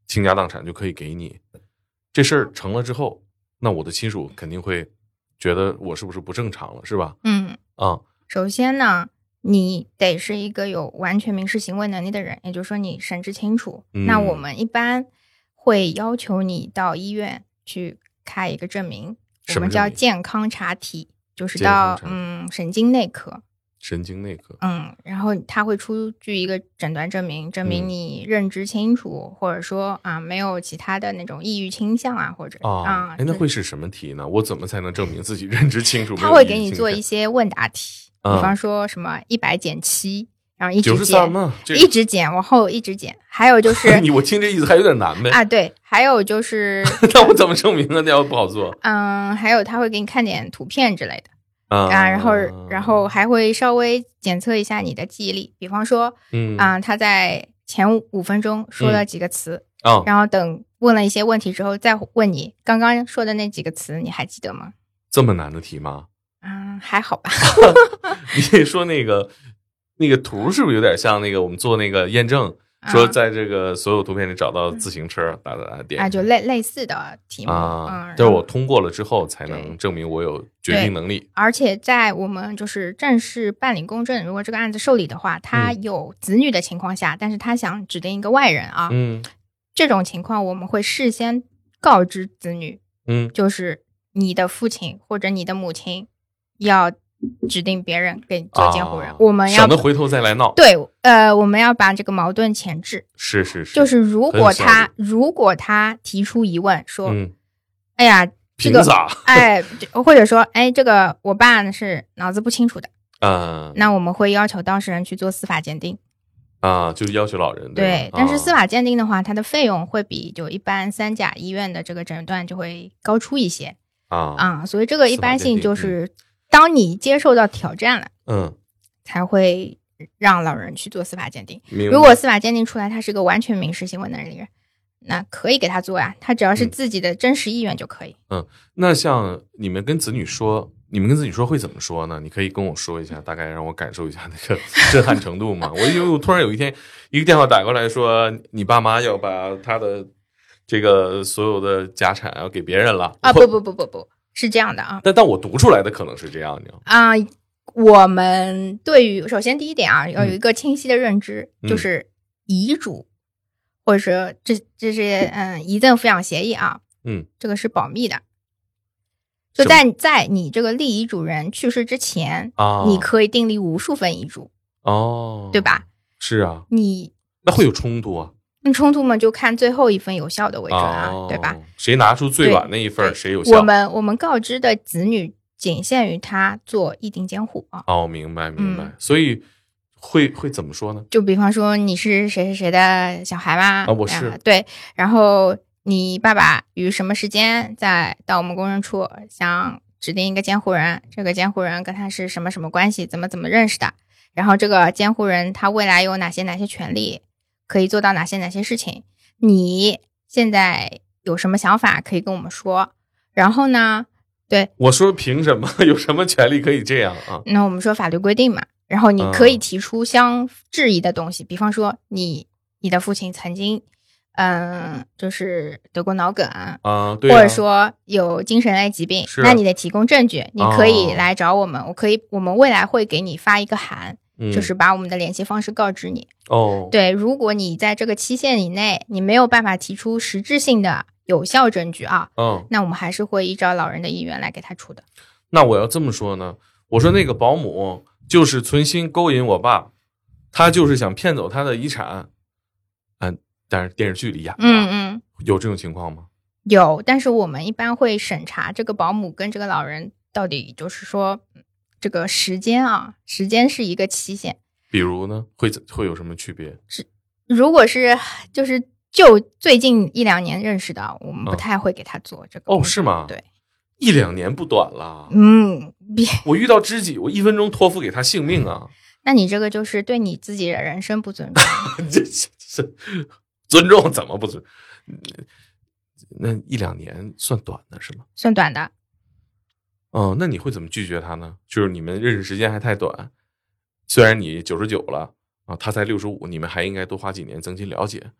[SPEAKER 2] 倾家荡产就可以给你。这事儿成了之后，那我的亲属肯定会觉得我是不是不正常了，是吧？
[SPEAKER 3] 嗯
[SPEAKER 2] 啊，
[SPEAKER 3] 首先呢，你得是一个有完全民事行为能力的人，也就是说你神志清楚。
[SPEAKER 2] 嗯、
[SPEAKER 3] 那我们一般会要求你到医院去开一个证明，我们叫健康查体，就是到嗯神经内科。
[SPEAKER 2] 神经内科，
[SPEAKER 3] 嗯，然后他会出具一个诊断证明，证明你认知清楚，嗯、或者说啊没有其他的那种抑郁倾向啊，或者
[SPEAKER 2] 啊，哎，那会是什么题呢？我怎么才能证明自己认知清楚？
[SPEAKER 3] 他会给你做一些问答题，
[SPEAKER 2] 嗯、
[SPEAKER 3] 比方说什么一百减七，然后一直减，
[SPEAKER 2] 九十三吗？
[SPEAKER 3] 一直减，往后一直减。还有就是
[SPEAKER 2] 你我听这意思还有点难呗
[SPEAKER 3] 啊，对，还有就是
[SPEAKER 2] 那我怎么证明啊？那要不好做。
[SPEAKER 3] 嗯，还有他会给你看点图片之类的。
[SPEAKER 2] 啊，
[SPEAKER 3] 然后，然后还会稍微检测一下你的记忆力，比方说，
[SPEAKER 2] 嗯
[SPEAKER 3] 啊，他在前五分钟说了几个词，
[SPEAKER 2] 嗯、
[SPEAKER 3] 然后等问了一些问题之后，再问你刚刚说的那几个词，你还记得吗？
[SPEAKER 2] 这么难的题吗？
[SPEAKER 3] 嗯，还好吧。
[SPEAKER 2] 你说那个那个图是不是有点像那个我们做那个验证？说在这个所有图片里找到自行车，打打打点
[SPEAKER 3] 啊，就类类似的题目
[SPEAKER 2] 啊，
[SPEAKER 3] 嗯，
[SPEAKER 2] 就是我通过了之后才能证明我有决定能力。
[SPEAKER 3] 而且在我们就是正式办理公证，如果这个案子受理的话，他有子女的情况下，嗯、但是他想指定一个外人啊，
[SPEAKER 2] 嗯，
[SPEAKER 3] 这种情况我们会事先告知子女，
[SPEAKER 2] 嗯，
[SPEAKER 3] 就是你的父亲或者你的母亲要指定别人给你做监护人，
[SPEAKER 2] 啊、
[SPEAKER 3] 我们要
[SPEAKER 2] 省得回头再来闹。
[SPEAKER 3] 对，呃，我们要把这个矛盾前置。
[SPEAKER 2] 是是是，
[SPEAKER 3] 就是如果他如果他提出疑问说，
[SPEAKER 2] 嗯、
[SPEAKER 3] 哎呀，这个
[SPEAKER 2] 凭啥？
[SPEAKER 3] 哎，或者说，哎，这个我爸是脑子不清楚的，
[SPEAKER 2] 嗯，
[SPEAKER 3] 那我们会要求当事人去做司法鉴定。
[SPEAKER 2] 啊，就是要求老人
[SPEAKER 3] 对，
[SPEAKER 2] 对，
[SPEAKER 3] 但是司法鉴定的话，它的费用会比就一般三甲医院的这个诊断就会高出一些
[SPEAKER 2] 啊
[SPEAKER 3] 啊，所以这个一般性就是。嗯当你接受到挑战了，
[SPEAKER 2] 嗯，
[SPEAKER 3] 才会让老人去做司法鉴定。如果司法鉴定出来他是个完全民事行为能力人，那可以给他做呀，他只要是自己的真实意愿就可以。
[SPEAKER 2] 嗯，那像你们跟子女说，你们跟子女说会怎么说呢？你可以跟我说一下，大概让我感受一下那个震撼程度吗？我因为我突然有一天一个电话打过来说，你爸妈要把他的这个所有的家产要给别人了
[SPEAKER 3] 啊！不不不不不。是这样的啊，
[SPEAKER 2] 但但我读出来的可能是这样的
[SPEAKER 3] 啊、呃。我们对于首先第一点啊，要有一个清晰的认知，
[SPEAKER 2] 嗯、
[SPEAKER 3] 就是遗嘱，或者说这这是嗯遗赠抚养协议啊，
[SPEAKER 2] 嗯，
[SPEAKER 3] 这个是保密的。就在在你这个立遗嘱人去世之前
[SPEAKER 2] 啊，
[SPEAKER 3] 你可以订立无数份遗嘱
[SPEAKER 2] 哦，
[SPEAKER 3] 对吧？
[SPEAKER 2] 是啊，
[SPEAKER 3] 你
[SPEAKER 2] 那会有冲突啊。
[SPEAKER 3] 那冲突嘛，就看最后一份有效的为准啊，
[SPEAKER 2] 哦、
[SPEAKER 3] 对吧？
[SPEAKER 2] 谁拿出最晚那一份，谁有效？
[SPEAKER 3] 我们我们告知的子女仅限于他做议定监护啊。
[SPEAKER 2] 哦，明白明白。嗯、所以会会怎么说呢？
[SPEAKER 3] 就比方说你是谁谁谁的小孩嘛？
[SPEAKER 2] 啊，我是、
[SPEAKER 3] 呃、对。然后你爸爸于什么时间再到我们公证处想指定一个监护人，这个监护人跟他是什么什么关系，怎么怎么认识的？然后这个监护人他未来有哪些哪些权利？可以做到哪些哪些事情？你现在有什么想法可以跟我们说？然后呢，对
[SPEAKER 2] 我说凭什么有什么权利可以这样啊？
[SPEAKER 3] 那我们说法律规定嘛。然后你可以提出相质疑的东西，嗯、比方说你你的父亲曾经嗯就是得过脑梗
[SPEAKER 2] 啊，对啊，
[SPEAKER 3] 或者说有精神类疾病，
[SPEAKER 2] 是
[SPEAKER 3] 那你得提供证据，你可以来找我们，哦、我可以我们未来会给你发一个函。
[SPEAKER 2] 嗯、
[SPEAKER 3] 就是把我们的联系方式告知你
[SPEAKER 2] 哦。
[SPEAKER 3] 对，如果你在这个期限以内，你没有办法提出实质性的有效证据啊，
[SPEAKER 2] 嗯，
[SPEAKER 3] 那我们还是会依照老人的意愿来给他出的。
[SPEAKER 2] 那我要这么说呢，我说那个保姆就是存心勾引我爸，他就是想骗走他的遗产，嗯，但是电视剧里演的，
[SPEAKER 3] 嗯嗯，
[SPEAKER 2] 有这种情况吗？
[SPEAKER 3] 有，但是我们一般会审查这个保姆跟这个老人到底就是说。这个时间啊，时间是一个期限。
[SPEAKER 2] 比如呢，会会有什么区别？
[SPEAKER 3] 是，如果是就是就最近一两年认识的，我们不太会给他做这个。
[SPEAKER 2] 哦，是吗？
[SPEAKER 3] 对，
[SPEAKER 2] 一两年不短了。
[SPEAKER 3] 嗯，
[SPEAKER 2] 我遇到知己，我一分钟托付给他性命啊。
[SPEAKER 3] 那你这个就是对你自己的人生不尊重。
[SPEAKER 2] 这是尊重怎么不尊？那一两年算短的是吗？
[SPEAKER 3] 算短的。
[SPEAKER 2] 哦，那你会怎么拒绝他呢？就是你们认识时间还太短，虽然你九十九了啊，他才六十五，你们还应该多花几年增进了解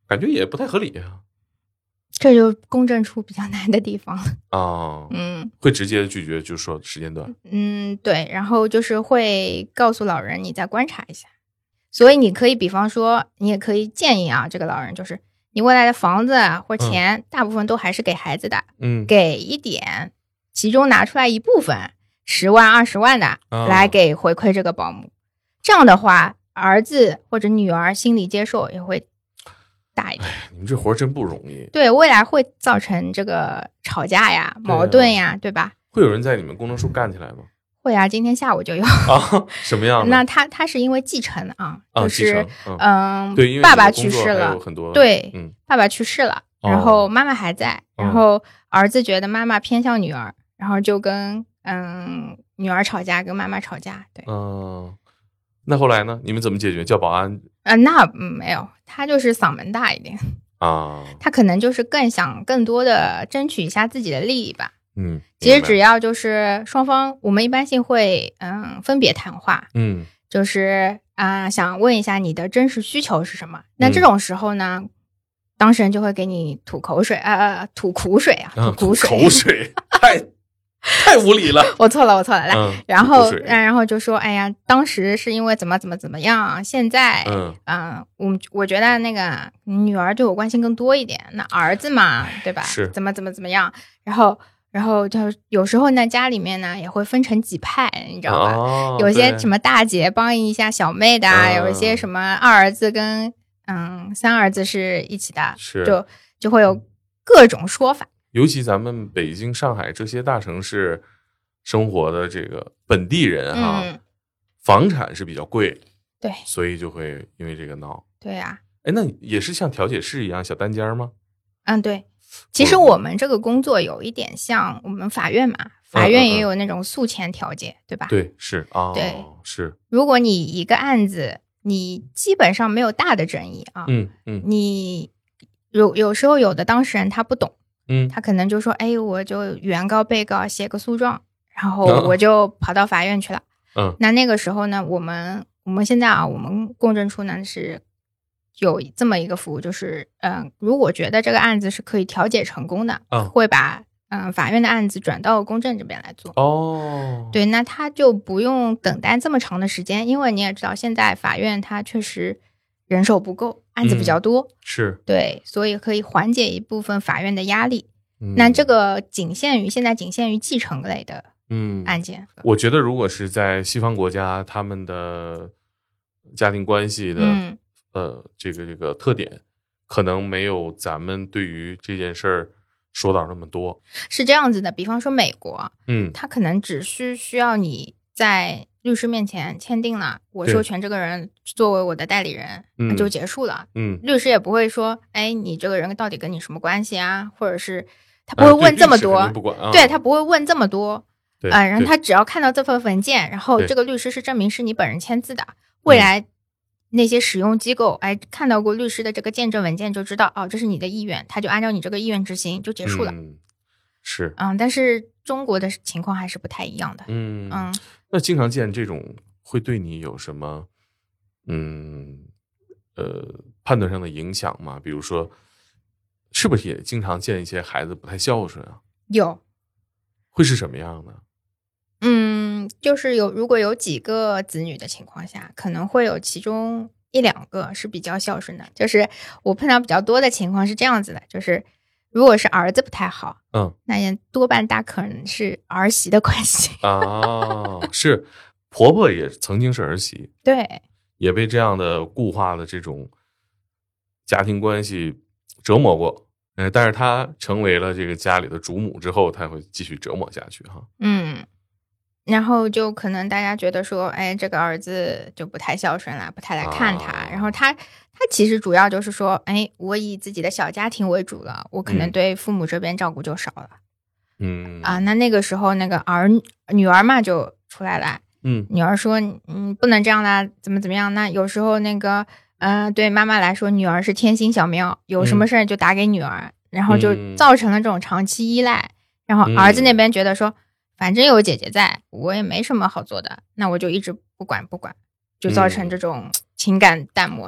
[SPEAKER 2] 感觉也不太合理啊。
[SPEAKER 3] 这就公证处比较难的地方了。
[SPEAKER 2] 哦，
[SPEAKER 3] 嗯，
[SPEAKER 2] 会直接拒绝，就是说时间段。
[SPEAKER 3] 嗯，对，然后就是会告诉老人你再观察一下。所以你可以比方说，你也可以建议啊，这个老人就是你未来的房子或钱，嗯、大部分都还是给孩子的，
[SPEAKER 2] 嗯，
[SPEAKER 3] 给一点，其中拿出来一部分，十万、二十万的、哦、来给回馈这个保姆。这样的话，儿子或者女儿心理接受也会大一点。
[SPEAKER 2] 哎，你们这活真不容易。
[SPEAKER 3] 对，未来会造成这个吵架呀、矛盾呀， 对,、啊、对吧？
[SPEAKER 2] 会有人在你们工程处干起来吗？
[SPEAKER 3] 会啊，今天下午就有
[SPEAKER 2] 啊。什么样的？
[SPEAKER 3] 那他他是因为继承啊，就是
[SPEAKER 2] 嗯、
[SPEAKER 3] 呃，
[SPEAKER 2] 对，因为
[SPEAKER 3] 爸爸去世了，
[SPEAKER 2] 很多
[SPEAKER 3] 对、
[SPEAKER 2] 嗯，
[SPEAKER 3] 爸爸去世了，然后妈妈还在，
[SPEAKER 2] 哦、
[SPEAKER 3] 然后儿子觉得妈妈偏向女儿，然后就跟嗯女儿吵架，跟妈妈吵架，对，
[SPEAKER 2] 嗯、呃，那后来呢？你们怎么解决？叫保安？
[SPEAKER 3] 呃，那、嗯、没有，他就是嗓门大一点
[SPEAKER 2] 啊，
[SPEAKER 3] 他可能就是更想更多的争取一下自己的利益吧。
[SPEAKER 2] 嗯，
[SPEAKER 3] 其实只要就是双方，我们一般性会嗯分别谈话，
[SPEAKER 2] 嗯，
[SPEAKER 3] 就是啊、呃、想问一下你的真实需求是什么。那这种时候呢，嗯、当事人就会给你吐口水啊、呃、吐苦水啊，吐苦水，
[SPEAKER 2] 啊、口水太太无理了。
[SPEAKER 3] 我错了，我错了，来，
[SPEAKER 2] 嗯、
[SPEAKER 3] 然后然后就说，哎呀，当时是因为怎么怎么怎么样，现在
[SPEAKER 2] 嗯、
[SPEAKER 3] 呃、我我觉得那个女儿对我关心更多一点，那儿子嘛，对吧？
[SPEAKER 2] 是
[SPEAKER 3] 怎么怎么怎么样，然后。然后就有时候呢，家里面呢也会分成几派，你知道吧？
[SPEAKER 2] 哦、
[SPEAKER 3] 有些什么大姐帮一下小妹的，
[SPEAKER 2] 嗯、
[SPEAKER 3] 有一些什么二儿子跟嗯三儿子是一起的，
[SPEAKER 2] 是
[SPEAKER 3] 就就会有各种说法。
[SPEAKER 2] 尤其咱们北京、上海这些大城市生活的这个本地人哈，
[SPEAKER 3] 嗯、
[SPEAKER 2] 房产是比较贵，
[SPEAKER 3] 对，
[SPEAKER 2] 所以就会因为这个闹。
[SPEAKER 3] 对啊，
[SPEAKER 2] 哎，那也是像调解室一样小单间吗？
[SPEAKER 3] 嗯，对。其实我们这个工作有一点像我们法院嘛，法院也有那种诉前调解，
[SPEAKER 2] 嗯、
[SPEAKER 3] 对吧？
[SPEAKER 2] 对，是啊，哦、
[SPEAKER 3] 对，
[SPEAKER 2] 是。
[SPEAKER 3] 如果你一个案子你基本上没有大的争议啊，
[SPEAKER 2] 嗯嗯，
[SPEAKER 3] 你有有时候有的当事人他不懂，
[SPEAKER 2] 嗯，
[SPEAKER 3] 他可能就说，哎，我就原告被告写个诉状，然后我就跑到法院去了。
[SPEAKER 2] 嗯，
[SPEAKER 3] 那那个时候呢，我们我们现在啊，我们公证处呢是。有这么一个服务，就是嗯、呃，如果觉得这个案子是可以调解成功的，
[SPEAKER 2] 嗯、
[SPEAKER 3] 会把嗯、呃、法院的案子转到公证这边来做。
[SPEAKER 2] 哦，
[SPEAKER 3] 对，那他就不用等待这么长的时间，因为你也知道，现在法院它确实人手不够，案子比较多，
[SPEAKER 2] 嗯、是
[SPEAKER 3] 对，所以可以缓解一部分法院的压力。
[SPEAKER 2] 嗯、
[SPEAKER 3] 那这个仅限于现在仅限于继承类的
[SPEAKER 2] 嗯
[SPEAKER 3] 案件。
[SPEAKER 2] 嗯、我觉得如果是在西方国家，他们的家庭关系的。
[SPEAKER 3] 嗯
[SPEAKER 2] 呃，这个这个特点可能没有咱们对于这件事儿说到那么多。
[SPEAKER 3] 是这样子的，比方说美国，
[SPEAKER 2] 嗯，
[SPEAKER 3] 他可能只需需要你在律师面前签订了，我授权这个人作为我的代理人，那就结束了。
[SPEAKER 2] 嗯，
[SPEAKER 3] 律师也不会说，哎，你这个人到底跟你什么关系啊？或者是他不会问这么多，
[SPEAKER 2] 啊、不管啊、
[SPEAKER 3] 对他不会问这么多。
[SPEAKER 2] 对
[SPEAKER 3] 啊、呃，然后他只要看到这份文件，然后这个律师是证明是你本人签字的，未来。那些使用机构哎，看到过律师的这个见证文件就知道哦，这是你的意愿，他就按照你这个意愿执行就结束了。
[SPEAKER 2] 嗯，是，
[SPEAKER 3] 嗯，但是中国的情况还是不太一样的。
[SPEAKER 2] 嗯
[SPEAKER 3] 嗯，
[SPEAKER 2] 那经常见这种会对你有什么嗯呃判断上的影响吗？比如说，是不是也经常见一些孩子不太孝顺啊？
[SPEAKER 3] 有，
[SPEAKER 2] 会是什么样的？
[SPEAKER 3] 嗯，就是有，如果有几个子女的情况下，可能会有其中一两个是比较孝顺的。就是我碰到比较多的情况是这样子的，就是如果是儿子不太好，
[SPEAKER 2] 嗯，
[SPEAKER 3] 那也多半大可能是儿媳的关系
[SPEAKER 2] 啊，是婆婆也曾经是儿媳，
[SPEAKER 3] 对，
[SPEAKER 2] 也被这样的固化的这种家庭关系折磨过。呃，但是她成为了这个家里的主母之后，她会继续折磨下去哈。
[SPEAKER 3] 嗯。然后就可能大家觉得说，哎，这个儿子就不太孝顺了，不太来看他。啊、然后他他其实主要就是说，哎，我以自己的小家庭为主了，我可能对父母这边照顾就少了。
[SPEAKER 2] 嗯
[SPEAKER 3] 啊，那那个时候那个儿女儿嘛就出来了。
[SPEAKER 2] 嗯，
[SPEAKER 3] 女儿说，嗯，不能这样啦，怎么怎么样？那有时候那个，呃，对妈妈来说，女儿是天心小苗，有什么事儿就打给女儿，嗯、然后就造成了这种长期依赖。然后儿子那边觉得说。反正有姐姐在，我也没什么好做的，那我就一直不管不管，就造成这种情感淡漠了。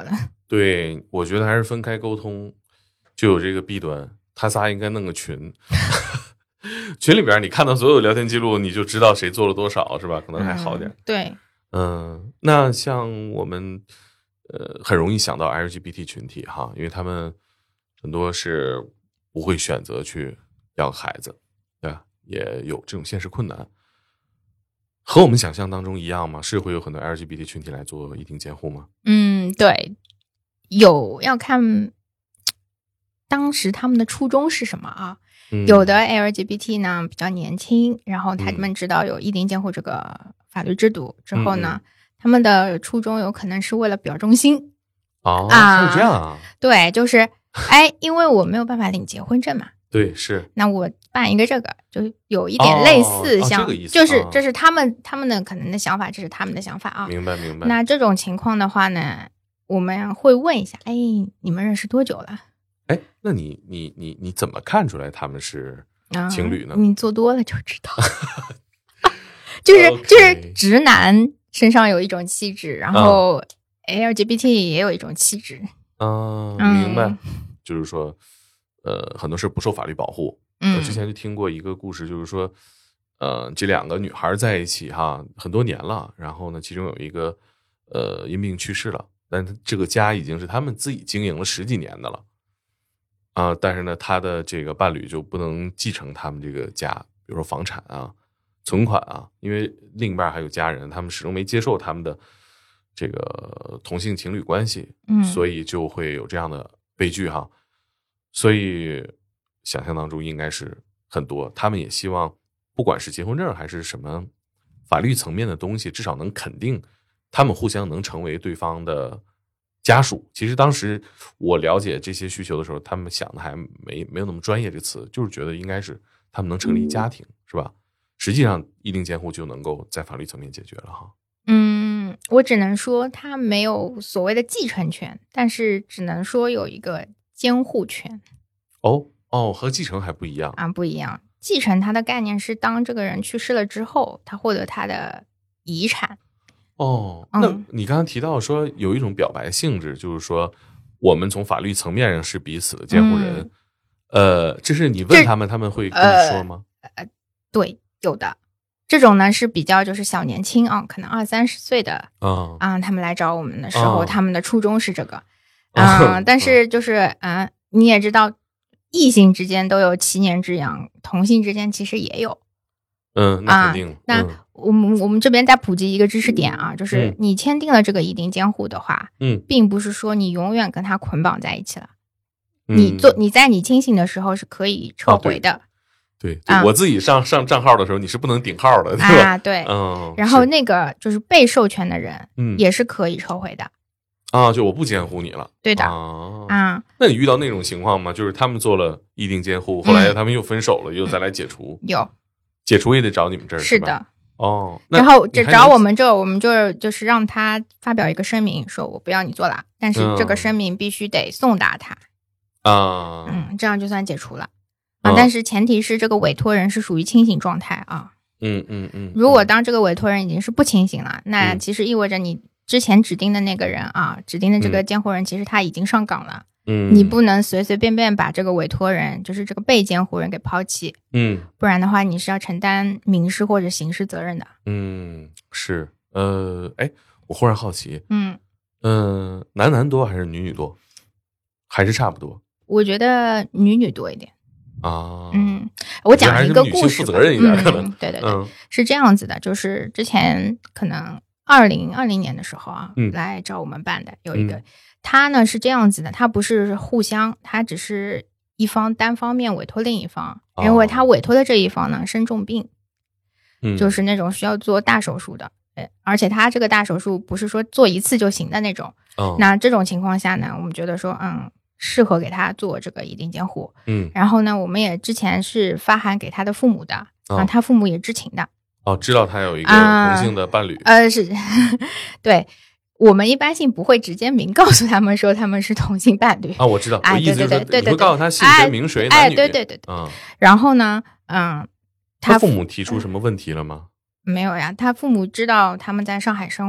[SPEAKER 2] 对，我觉得还是分开沟通，就有这个弊端。他仨应该弄个群，群里边你看到所有聊天记录，你就知道谁做了多少，是吧？可能还好点。
[SPEAKER 3] 嗯、对，
[SPEAKER 2] 嗯，那像我们呃很容易想到 L G B T 群体哈，因为他们很多是不会选择去要孩子，对吧？也有这种现实困难。和我们想象当中一样吗？是会有很多 L G B T 群体来做异定监护吗？
[SPEAKER 3] 嗯，对，有要看当时他们的初衷是什么啊？
[SPEAKER 2] 嗯、
[SPEAKER 3] 有的 L G B T 呢比较年轻，然后他们知道有异定监护这个法律制度之后呢，
[SPEAKER 2] 嗯嗯、
[SPEAKER 3] 他们的初衷有可能是为了表忠心。
[SPEAKER 2] 哦，
[SPEAKER 3] 啊，
[SPEAKER 2] 是这样啊？
[SPEAKER 3] 对，就是哎，因为我没有办法领结婚证嘛。
[SPEAKER 2] 对，是。
[SPEAKER 3] 那我办一个这个，就有一点类似像，
[SPEAKER 2] 哦哦、这个意思
[SPEAKER 3] 就是
[SPEAKER 2] 啊、
[SPEAKER 3] 这是他们他们的可能的想法，这是他们的想法啊。
[SPEAKER 2] 明白明白。
[SPEAKER 3] 那这种情况的话呢，我们会问一下，哎，你们认识多久了？
[SPEAKER 2] 哎，那你你你你怎么看出来他们是情侣呢？
[SPEAKER 3] 嗯、你做多了就知道，就是、okay. 就是直男身上有一种气质，然后 L G B T 也有一种气质。
[SPEAKER 2] 嗯，明白。嗯、就是说，呃，很多事不受法律保护。
[SPEAKER 3] 嗯，
[SPEAKER 2] 我之前就听过一个故事，就是说，呃，这两个女孩在一起哈很多年了，然后呢，其中有一个呃因病去世了，但这个家已经是他们自己经营了十几年的了。啊、呃，但是呢，他的这个伴侣就不能继承他们这个家，比如说房产啊、存款啊，因为另一半还有家人，他们始终没接受他们的这个同性情侣关系，
[SPEAKER 3] 嗯，
[SPEAKER 2] 所以就会有这样的悲剧哈。所以想象当中应该是很多，他们也希望，不管是结婚证还是什么法律层面的东西，至少能肯定他们互相能成为对方的家属。其实当时我了解这些需求的时候，他们想的还没没有那么专业这个词，就是觉得应该是他们能成立家庭，嗯、是吧？实际上异定监护就能够在法律层面解决了哈。
[SPEAKER 3] 嗯，我只能说他没有所谓的继承权，但是只能说有一个监护权。
[SPEAKER 2] 哦哦，和继承还不一样
[SPEAKER 3] 啊，不一样。继承它的概念是当这个人去世了之后，他获得他的遗产。
[SPEAKER 2] 哦，那你刚刚提到说有一种表白性质，就是说我们从法律层面上是彼此的监护人。嗯、呃，这是你问他们，他们会跟你说吗？
[SPEAKER 3] 呃，对，有的。这种呢是比较就是小年轻啊，可能二三十岁的
[SPEAKER 2] 啊、
[SPEAKER 3] 嗯，他们来找我们的时候，
[SPEAKER 2] 哦、
[SPEAKER 3] 他们的初衷是这个。嗯、呃，但是就是嗯、呃，你也知道，异性之间都有七年之痒，同性之间其实也有。
[SPEAKER 2] 嗯，那肯定。
[SPEAKER 3] 啊、那我们、嗯、我们这边再普及一个知识点啊，就是你签订了这个异定监护的话，
[SPEAKER 2] 嗯，
[SPEAKER 3] 并不是说你永远跟他捆绑在一起了。
[SPEAKER 2] 嗯、
[SPEAKER 3] 你做你在你清醒的时候是可以撤回的。
[SPEAKER 2] 哦对，对啊、我自己上上账号的时候，你是不能顶号的，对吧？
[SPEAKER 3] 啊，对，
[SPEAKER 2] 嗯。
[SPEAKER 3] 然后那个就是被授权的人，
[SPEAKER 2] 嗯，
[SPEAKER 3] 也是可以撤回的。
[SPEAKER 2] 啊，就我不监护你了。
[SPEAKER 3] 对的。
[SPEAKER 2] 啊，
[SPEAKER 3] 啊，
[SPEAKER 2] 那你遇到那种情况吗？就是他们做了异定监护，后来他们又分手了，嗯、又再来解除。
[SPEAKER 3] 有。
[SPEAKER 2] 解除也得找你们这儿，
[SPEAKER 3] 是的。
[SPEAKER 2] 是哦。
[SPEAKER 3] 然后就找我们这，我们就就是让他发表一个声明，说我不要你做了，但是这个声明必须得送达他。
[SPEAKER 2] 啊。
[SPEAKER 3] 嗯，这样就算解除了。啊，但是前提是这个委托人是属于清醒状态啊。
[SPEAKER 2] 嗯嗯嗯。
[SPEAKER 3] 如果当这个委托人已经是不清醒了，那其实意味着你之前指定的那个人啊，指定的这个监护人，其实他已经上岗了。
[SPEAKER 2] 嗯。
[SPEAKER 3] 你不能随随便便把这个委托人，就是这个被监护人给抛弃。
[SPEAKER 2] 嗯。
[SPEAKER 3] 不然的话，你是要承担民事或者刑事责任的。
[SPEAKER 2] 嗯，是。呃，哎，我忽然好奇，
[SPEAKER 3] 嗯
[SPEAKER 2] 嗯、呃，男男多还是女女多，还是差不多？
[SPEAKER 3] 我觉得女女多一点。
[SPEAKER 2] 啊，
[SPEAKER 3] 嗯，我讲一个故事吧，
[SPEAKER 2] 负责任一点，可能、
[SPEAKER 3] 嗯、对对对、
[SPEAKER 2] 嗯，
[SPEAKER 3] 是这样子的，就是之前可能二零二零年的时候啊、
[SPEAKER 2] 嗯，
[SPEAKER 3] 来找我们办的有一个，
[SPEAKER 2] 嗯、
[SPEAKER 3] 他呢是这样子的，他不是互相，他只是一方单方面委托另一方，
[SPEAKER 2] 哦、
[SPEAKER 3] 因为他委托的这一方呢生重病，
[SPEAKER 2] 嗯，
[SPEAKER 3] 就是那种需要做大手术的，而且他这个大手术不是说做一次就行的那种，
[SPEAKER 2] 哦、
[SPEAKER 3] 那这种情况下呢，我们觉得说，嗯。适合给他做这个异定监护，
[SPEAKER 2] 嗯，
[SPEAKER 3] 然后呢，我们也之前是发函给他的父母的，啊、哦，他父母也知情的，
[SPEAKER 2] 哦，知道他有一个同性的伴侣，
[SPEAKER 3] 呃，呃是，对，我们一般性不会直接明告诉他们说他们是同性伴侣
[SPEAKER 2] 啊，我知道，
[SPEAKER 3] 哎，
[SPEAKER 2] 我意思是说，
[SPEAKER 3] 对对对对对，
[SPEAKER 2] 你会告诉他性别名谁，
[SPEAKER 3] 哎，
[SPEAKER 2] 男女，
[SPEAKER 3] 对对对对，
[SPEAKER 2] 嗯，
[SPEAKER 3] 然后呢，嗯，他
[SPEAKER 2] 父母提出什么问题了吗？
[SPEAKER 3] 没有呀，他父母知道他们在上海生活。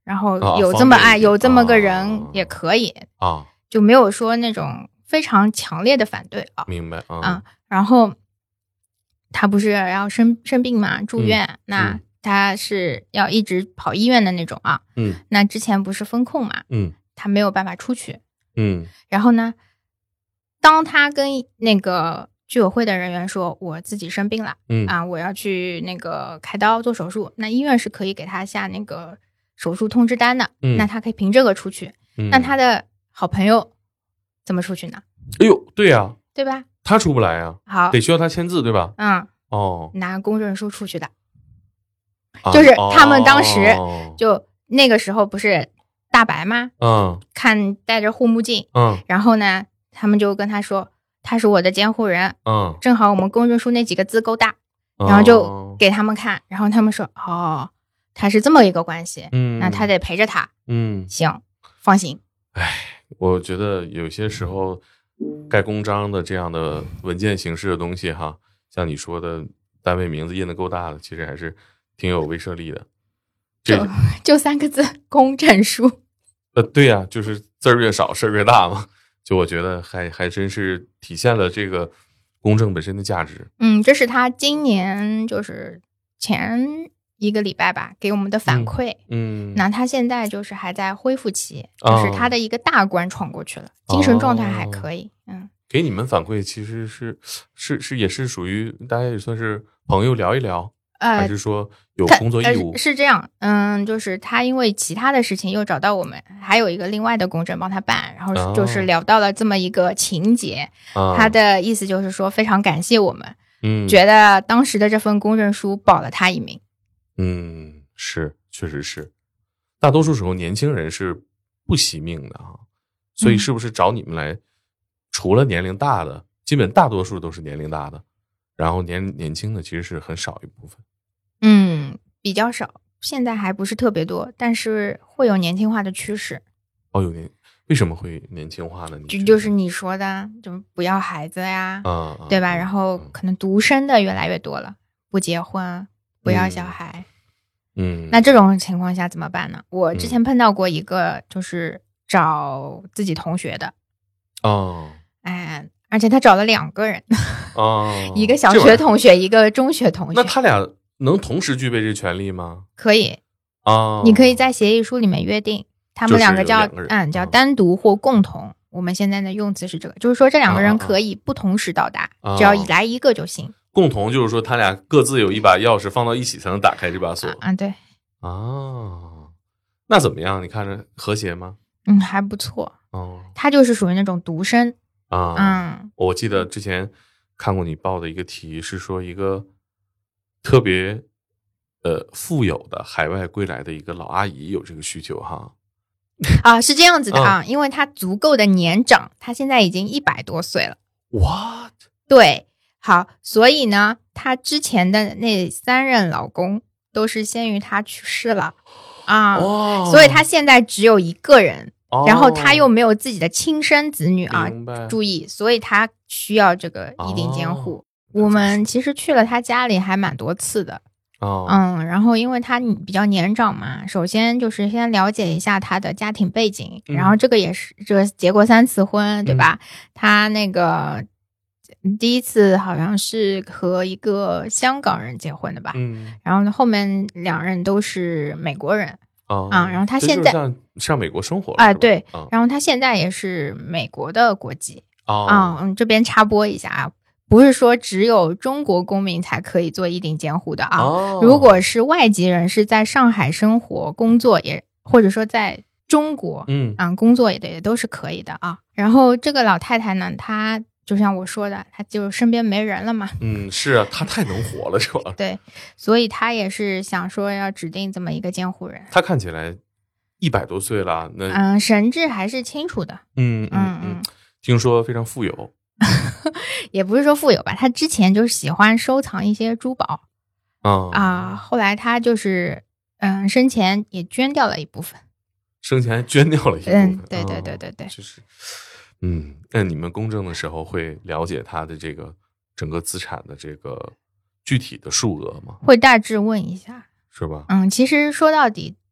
[SPEAKER 3] 然后
[SPEAKER 2] 啊
[SPEAKER 3] 有这么爱、
[SPEAKER 2] 方便一点
[SPEAKER 3] 有这么个
[SPEAKER 2] 啊
[SPEAKER 3] 人也可以，
[SPEAKER 2] 啊，
[SPEAKER 3] 就没有说那种非常强烈的反对啊。
[SPEAKER 2] 明白啊。
[SPEAKER 3] 啊，然后他不是要生生病嘛，住院，
[SPEAKER 2] 嗯
[SPEAKER 3] 那
[SPEAKER 2] 嗯
[SPEAKER 3] 他是要一直跑医院的那种啊。
[SPEAKER 2] 嗯
[SPEAKER 3] 那之前不是封控嘛，
[SPEAKER 2] 嗯
[SPEAKER 3] 他没有办法出去。
[SPEAKER 2] 嗯
[SPEAKER 3] 然后呢，当他跟那个居委会的人员说我自己生病了，
[SPEAKER 2] 嗯
[SPEAKER 3] 啊，我要去那个开刀做手术，那医院是可以给他下那个手术通知单的，
[SPEAKER 2] 嗯
[SPEAKER 3] 那他可以凭这个出去。
[SPEAKER 2] 嗯，
[SPEAKER 3] 那他的好朋友怎么出去呢？
[SPEAKER 2] 哎呦，对呀、
[SPEAKER 3] 对吧？
[SPEAKER 2] 他出不来呀、
[SPEAKER 3] 好，
[SPEAKER 2] 得需要他签字，对吧？
[SPEAKER 3] 嗯，
[SPEAKER 2] 哦，
[SPEAKER 3] 拿公证书出去的。
[SPEAKER 2] 啊
[SPEAKER 3] 就是他们当时
[SPEAKER 2] 哦
[SPEAKER 3] 就那个时候不是大白吗？
[SPEAKER 2] 嗯
[SPEAKER 3] 看戴着护目镜，
[SPEAKER 2] 嗯
[SPEAKER 3] 然后呢，他们就跟他说他是我的监护人，
[SPEAKER 2] 嗯，
[SPEAKER 3] 正好我们公证书那几个字够大，
[SPEAKER 2] 然
[SPEAKER 3] 然后就给他们看，然后他们说哦，他是这么一个关系，
[SPEAKER 2] 嗯，
[SPEAKER 3] 那他得陪着他，
[SPEAKER 2] 嗯，
[SPEAKER 3] 行，放心。
[SPEAKER 2] 我觉得有些时候盖公章的这样的文件形式的东西哈，像你说的单位名字印的够大的，其实还是挺有威慑力的。这
[SPEAKER 3] 就就三个字，公证书。
[SPEAKER 2] 呃，对呀、就是字儿越少事儿越大嘛。就我觉得还还真是体现了这个公证本身的价值。
[SPEAKER 3] 嗯，这是他今年就是前一个礼拜吧给我们的反馈。
[SPEAKER 2] 嗯，
[SPEAKER 3] 那他现在就是还在恢复期，
[SPEAKER 2] 哦
[SPEAKER 3] 就是他的一个大关闯过去了，精神状态还可以。嗯，
[SPEAKER 2] 给你们反馈其实是是是也是属于大家也算是朋友聊一聊，还
[SPEAKER 3] 呃，
[SPEAKER 2] 是说有
[SPEAKER 3] 他
[SPEAKER 2] 工作义务
[SPEAKER 3] 呃？是这样，嗯，就是他因为其他的事情又找到我们，还有一个另外的公证帮他办，然后就是聊到了这么一个情节，
[SPEAKER 2] 啊，
[SPEAKER 3] 他的意思就是说非常感谢我们，
[SPEAKER 2] 嗯
[SPEAKER 3] 觉得当时的这份公证书保了他一命。
[SPEAKER 2] 嗯，是，确实是，大多数时候年轻人是不惜命的啊，所以
[SPEAKER 3] 嗯
[SPEAKER 2] 是不是找你们来，除了年龄大的，基本大多数都是年龄大的，然后年年轻的其实是很少一部分。
[SPEAKER 3] 嗯，比较少，现在还不是特别多，但是会有年轻化的趋势。
[SPEAKER 2] 哦，有年为什么会年轻化呢？你觉得
[SPEAKER 3] 就就是你说的，就不要孩子呀，
[SPEAKER 2] 啊，啊
[SPEAKER 3] 对吧？然后可能独生的越来越多了，不结婚，不要小
[SPEAKER 2] 嗯
[SPEAKER 3] 孩。
[SPEAKER 2] 嗯，
[SPEAKER 3] 那这种情况下怎么办呢？我之前碰到过一个，就是找自己同学的，
[SPEAKER 2] 哦
[SPEAKER 3] 哎，而且他找了两个人，
[SPEAKER 2] 哦，
[SPEAKER 3] 一个小
[SPEAKER 2] 这玩意儿，
[SPEAKER 3] 学同学，一个中学同学。
[SPEAKER 2] 那他俩能同时具备这权利吗？
[SPEAKER 3] 可以，
[SPEAKER 2] 啊，
[SPEAKER 3] 你可以在协议书里面约定，他们两个叫
[SPEAKER 2] 就是有两个人
[SPEAKER 3] 嗯叫
[SPEAKER 2] 啊
[SPEAKER 3] 单独或共同。我们现在的用词是这个，就是说这两个
[SPEAKER 2] 啊啊啊
[SPEAKER 3] 人可以不同时到达，
[SPEAKER 2] 啊
[SPEAKER 3] 只要来一个就行。
[SPEAKER 2] 共同就是说他俩各自有一把钥匙放到一起才能打开这把锁
[SPEAKER 3] 啊，对，
[SPEAKER 2] 啊，那怎么样？你看着和谐吗？
[SPEAKER 3] 嗯，还不错。
[SPEAKER 2] 哦
[SPEAKER 3] 他就是属于那种独生，
[SPEAKER 2] 啊，
[SPEAKER 3] 嗯
[SPEAKER 2] 我记得之前看过你报的一个题，是说一个特别呃富有的海外归来的一个老阿姨有这个需求哈。
[SPEAKER 3] 啊，是这样子的啊，因为他足够的年长，他现在已经一百多岁了。
[SPEAKER 2] What？
[SPEAKER 3] 对，好，所以呢，她之前的那三任老公都是先于她去世了啊，
[SPEAKER 2] 哦，
[SPEAKER 3] 所以她现在只有一个人，
[SPEAKER 2] 哦，
[SPEAKER 3] 然后她又没有自己的亲生子女啊，
[SPEAKER 2] 明白
[SPEAKER 3] 注意，所以她需要这个一定监护。
[SPEAKER 2] 哦
[SPEAKER 3] 我们其实去了她家里还蛮多次的，
[SPEAKER 2] 哦，
[SPEAKER 3] 嗯，然后因为她比较年长嘛，首先就是先了解一下她的家庭背景，
[SPEAKER 2] 嗯
[SPEAKER 3] 然后这个也是这个结过三次婚，对吧？她那个第一次好像是和一个香港人结婚的吧，
[SPEAKER 2] 嗯
[SPEAKER 3] 然后呢后面两人都是美国人，
[SPEAKER 2] 哦
[SPEAKER 3] 啊然后他
[SPEAKER 2] 这
[SPEAKER 3] 现在
[SPEAKER 2] 就是上上美国生活了是吧
[SPEAKER 3] 啊对
[SPEAKER 2] 啊
[SPEAKER 3] 然后他现在也是美国的国籍
[SPEAKER 2] 哦
[SPEAKER 3] 啊，嗯，这边插播一下啊，不是说只有中国公民才可以做一定监护的啊，
[SPEAKER 2] 哦
[SPEAKER 3] 如果是外籍人士在上海生活工作也或者说在中国
[SPEAKER 2] 嗯
[SPEAKER 3] 嗯工作也也都是可以的啊。然后这个老太太呢，她就像我说的，她就身边没人了嘛，
[SPEAKER 2] 嗯是啊，他太能活了这玩意儿，
[SPEAKER 3] 对，所以她也是想说要指定这么一个监护人。
[SPEAKER 2] 他看起来一百多岁了，那
[SPEAKER 3] 嗯，神志还是清楚的，
[SPEAKER 2] 嗯嗯
[SPEAKER 3] 嗯
[SPEAKER 2] 嗯，听说非常富有
[SPEAKER 3] 也不是说富有吧，她之前就喜欢收藏一些珠宝
[SPEAKER 2] 啊
[SPEAKER 3] 啊，后来她就是嗯生前也捐掉了一部分。
[SPEAKER 2] 生前捐掉了一部分，
[SPEAKER 3] 嗯对对
[SPEAKER 2] 啊
[SPEAKER 3] 对对对
[SPEAKER 2] 就是，嗯，那你们公证的时候会了解他的这个整个资产的这个具体的数额吗？
[SPEAKER 3] 会大致问一下，
[SPEAKER 2] 是吧？
[SPEAKER 3] 嗯，其实说到底，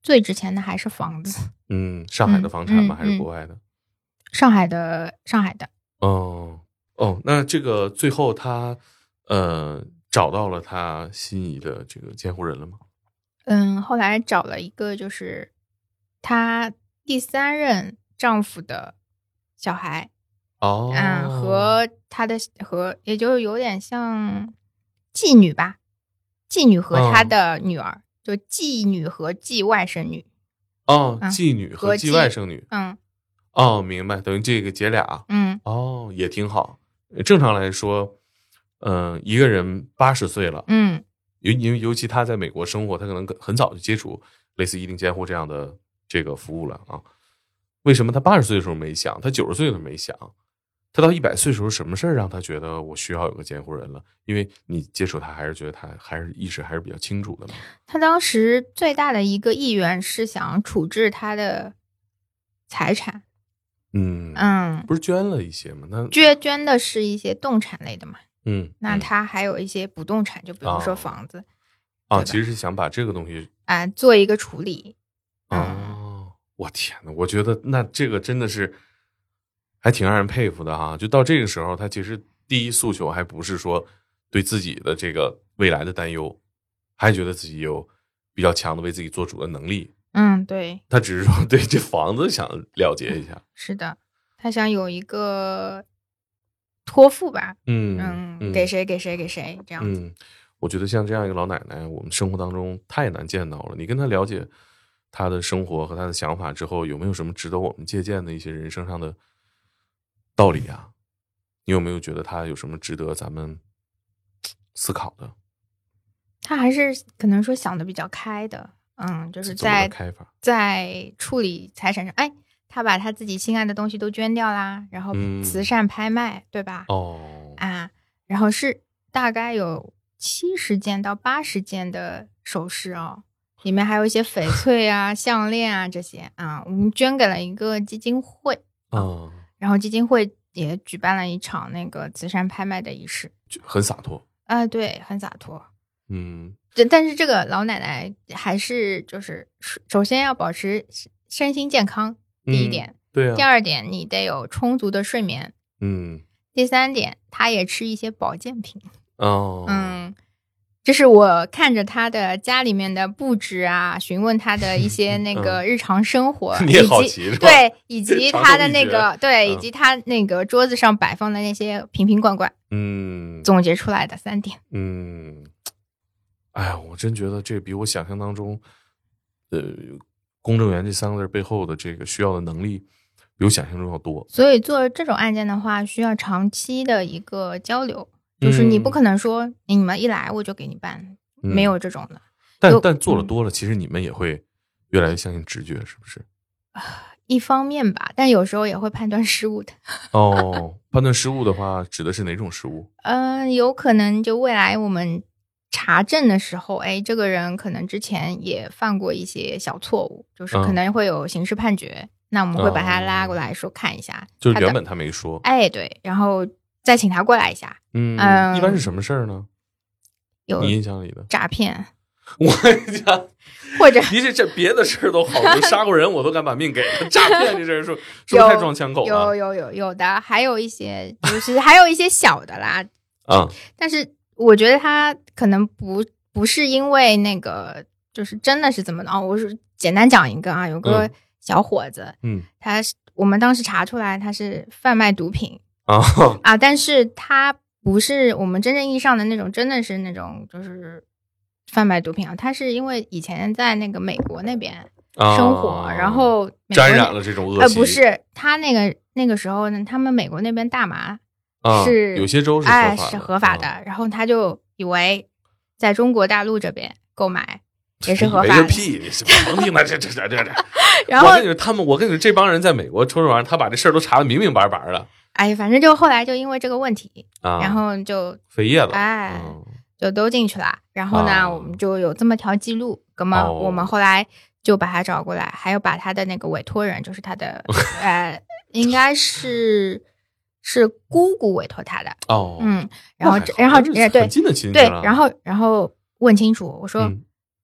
[SPEAKER 3] 最值钱的还是房子。
[SPEAKER 2] 嗯，上海的房产吗？
[SPEAKER 3] 嗯、
[SPEAKER 2] 还是国外的？
[SPEAKER 3] 上海的，上海的。
[SPEAKER 2] 哦哦，那这个最后他呃找到了他心仪的这个监护人了吗？
[SPEAKER 3] 嗯，后来找了一个就是她第三任丈夫的小孩。
[SPEAKER 2] 哦，
[SPEAKER 3] 嗯，和她的和也就有点像继女吧，继女和她的女儿，哦、就继女和继外甥女。
[SPEAKER 2] 哦，
[SPEAKER 3] 嗯、
[SPEAKER 2] 继女和继外甥女。
[SPEAKER 3] 嗯。
[SPEAKER 2] 哦，明白，等于这个姐俩。
[SPEAKER 3] 嗯。
[SPEAKER 2] 哦，也挺好。正常来说，嗯、呃，一个人八十岁了，
[SPEAKER 3] 嗯，
[SPEAKER 2] 尤因为尤其他在美国生活，他可能很早就接触类似一定监护这样的这个服务了啊。为什么他八十岁的时候没想，他九十岁的时候没想，他到一百岁的时候什么事儿让他觉得我需要有个监护人了？因为你接触他还是觉得他还是意识还是比较清楚的嘛。
[SPEAKER 3] 他当时最大的一个意愿是想处置他的财产。
[SPEAKER 2] 嗯
[SPEAKER 3] 嗯，
[SPEAKER 2] 不是捐了一些吗？那
[SPEAKER 3] 捐捐的是一些动产类的嘛。
[SPEAKER 2] 嗯，
[SPEAKER 3] 那他还有一些不动产，就比如说房子。
[SPEAKER 2] 啊、哦，其实是想把这个东西
[SPEAKER 3] 啊、呃、做一个处理。
[SPEAKER 2] 哦，嗯、我天哪！我觉得那这个真的是还挺让人佩服的哈。就到这个时候，他其实第一诉求还不是说对自己的这个未来的担忧，还觉得自己有比较强的为自己做主的能力。
[SPEAKER 3] 嗯，对，
[SPEAKER 2] 他只是说对这房子想了解一下。
[SPEAKER 3] 是的，他想有一个托付吧。
[SPEAKER 2] 嗯
[SPEAKER 3] 嗯，给谁给谁给谁这样子。
[SPEAKER 2] 嗯，我觉得像这样一个老奶奶，我们生活当中太难见到了。你跟她了解她的生活和她的想法之后，有没有什么值得我们借鉴的一些人生上的道理啊？你有没有觉得她有什么值得咱们思考的？
[SPEAKER 3] 她还是可能说想的比较开的。嗯，就是在在处理财产上，哎，他把他自己心爱的东西都捐掉啦，然后慈善拍卖，嗯、对吧？
[SPEAKER 2] 哦，
[SPEAKER 3] 啊，然后是大概有七十件到八十件的首饰哦，里面还有一些翡翠啊、项链啊这些啊，我们捐给了一个基金会啊、
[SPEAKER 2] 哦，
[SPEAKER 3] 然后基金会也举办了一场那个慈善拍卖的仪式，
[SPEAKER 2] 很洒脱
[SPEAKER 3] 啊，对，很洒脱，
[SPEAKER 2] 嗯。
[SPEAKER 3] 但是这个老奶奶还是就是首先要保持身心健康，第一点，
[SPEAKER 2] 嗯、对啊。
[SPEAKER 3] 第二点，你得有充足的睡眠，
[SPEAKER 2] 嗯。
[SPEAKER 3] 第三点，她也吃一些保健品。
[SPEAKER 2] 哦，
[SPEAKER 3] 嗯，这是我看着她的家里面的布置啊，询问她的一些那个日常生活，
[SPEAKER 2] 嗯、你也好奇是吧？
[SPEAKER 3] 对，以及她的那个对，
[SPEAKER 2] 嗯、
[SPEAKER 3] 以及她那个桌子上摆放的那些瓶瓶罐罐，
[SPEAKER 2] 嗯，
[SPEAKER 3] 总结出来的三点。
[SPEAKER 2] 嗯。哎呀，我真觉得这比我想象当中，呃，公证员这三个字背后的这个需要的能力，比我想象中要多。
[SPEAKER 3] 所以做这种案件的话，需要长期的一个交流，就是你不可能说、嗯、你们一来我就给你办，嗯、没有这种的。
[SPEAKER 2] 但但做了多了、嗯，其实你们也会越来越相信直觉，是不是？
[SPEAKER 3] 一方面吧，但有时候也会判断失误的。
[SPEAKER 2] 哦，判断失误的话，指的是哪种失误？
[SPEAKER 3] 嗯、呃，有可能就未来我们查证的时候，哎，这个人可能之前也犯过一些小错误，就是可能会有刑事判决，嗯、那我们会把他拉过来说看一下，
[SPEAKER 2] 就是原本他没说，
[SPEAKER 3] 哎，对，然后再请他过来一下。
[SPEAKER 2] 嗯，
[SPEAKER 3] 嗯，
[SPEAKER 2] 一般是什么事儿呢？
[SPEAKER 3] 有
[SPEAKER 2] 你印象里的
[SPEAKER 3] 诈骗，
[SPEAKER 2] 我讲
[SPEAKER 3] 或者
[SPEAKER 2] 你这这别的事儿都好说，杀过人我都敢把命给他，诈骗这事儿说是不是太撞枪口了？
[SPEAKER 3] 有有有有的，还有一些就是还有一些小的啦，
[SPEAKER 2] 啊，
[SPEAKER 3] 但是。我觉得他可能不不是因为那个，就是真的是怎么的哦。我是简单讲一个啊，有个小伙子，
[SPEAKER 2] 嗯，
[SPEAKER 3] 他是我们当时查出来他是贩卖毒品
[SPEAKER 2] 啊
[SPEAKER 3] 啊，但是他不是我们真正意义上的那种，真的是那种就是贩卖毒品啊。他是因为以前在那个美国那边生活，
[SPEAKER 2] 啊、
[SPEAKER 3] 然后
[SPEAKER 2] 沾染了这种恶习。
[SPEAKER 3] 呃，不是，他那个那个时候呢，他们美国那边大麻。是、
[SPEAKER 2] 啊、有些州是合法的，
[SPEAKER 3] 哎、是合法的、
[SPEAKER 2] 啊。
[SPEAKER 3] 然后他就以为在中国大陆这边购买也是合法的。
[SPEAKER 2] 没个屁！甭听他这这这这这。
[SPEAKER 3] 然后
[SPEAKER 2] 我跟你说，他们，我跟你说，这帮人在美国抽这玩意儿，他把这事儿都查得明明白白的。
[SPEAKER 3] 哎，反正就后来就因为这个问题，
[SPEAKER 2] 啊、
[SPEAKER 3] 然后就
[SPEAKER 2] 飞叶了，
[SPEAKER 3] 哎、
[SPEAKER 2] 嗯，
[SPEAKER 3] 就都进去了。然后呢，
[SPEAKER 2] 啊、
[SPEAKER 3] 我们就有这么条记录。那么我们后来就把他找过来，还有把他的那个委托人，就是他的呃，应该是。是姑姑委托他的
[SPEAKER 2] 哦，
[SPEAKER 3] 嗯，然后然后对
[SPEAKER 2] 很近的亲戚
[SPEAKER 3] 对，然后然后问清楚，我说、
[SPEAKER 2] 嗯、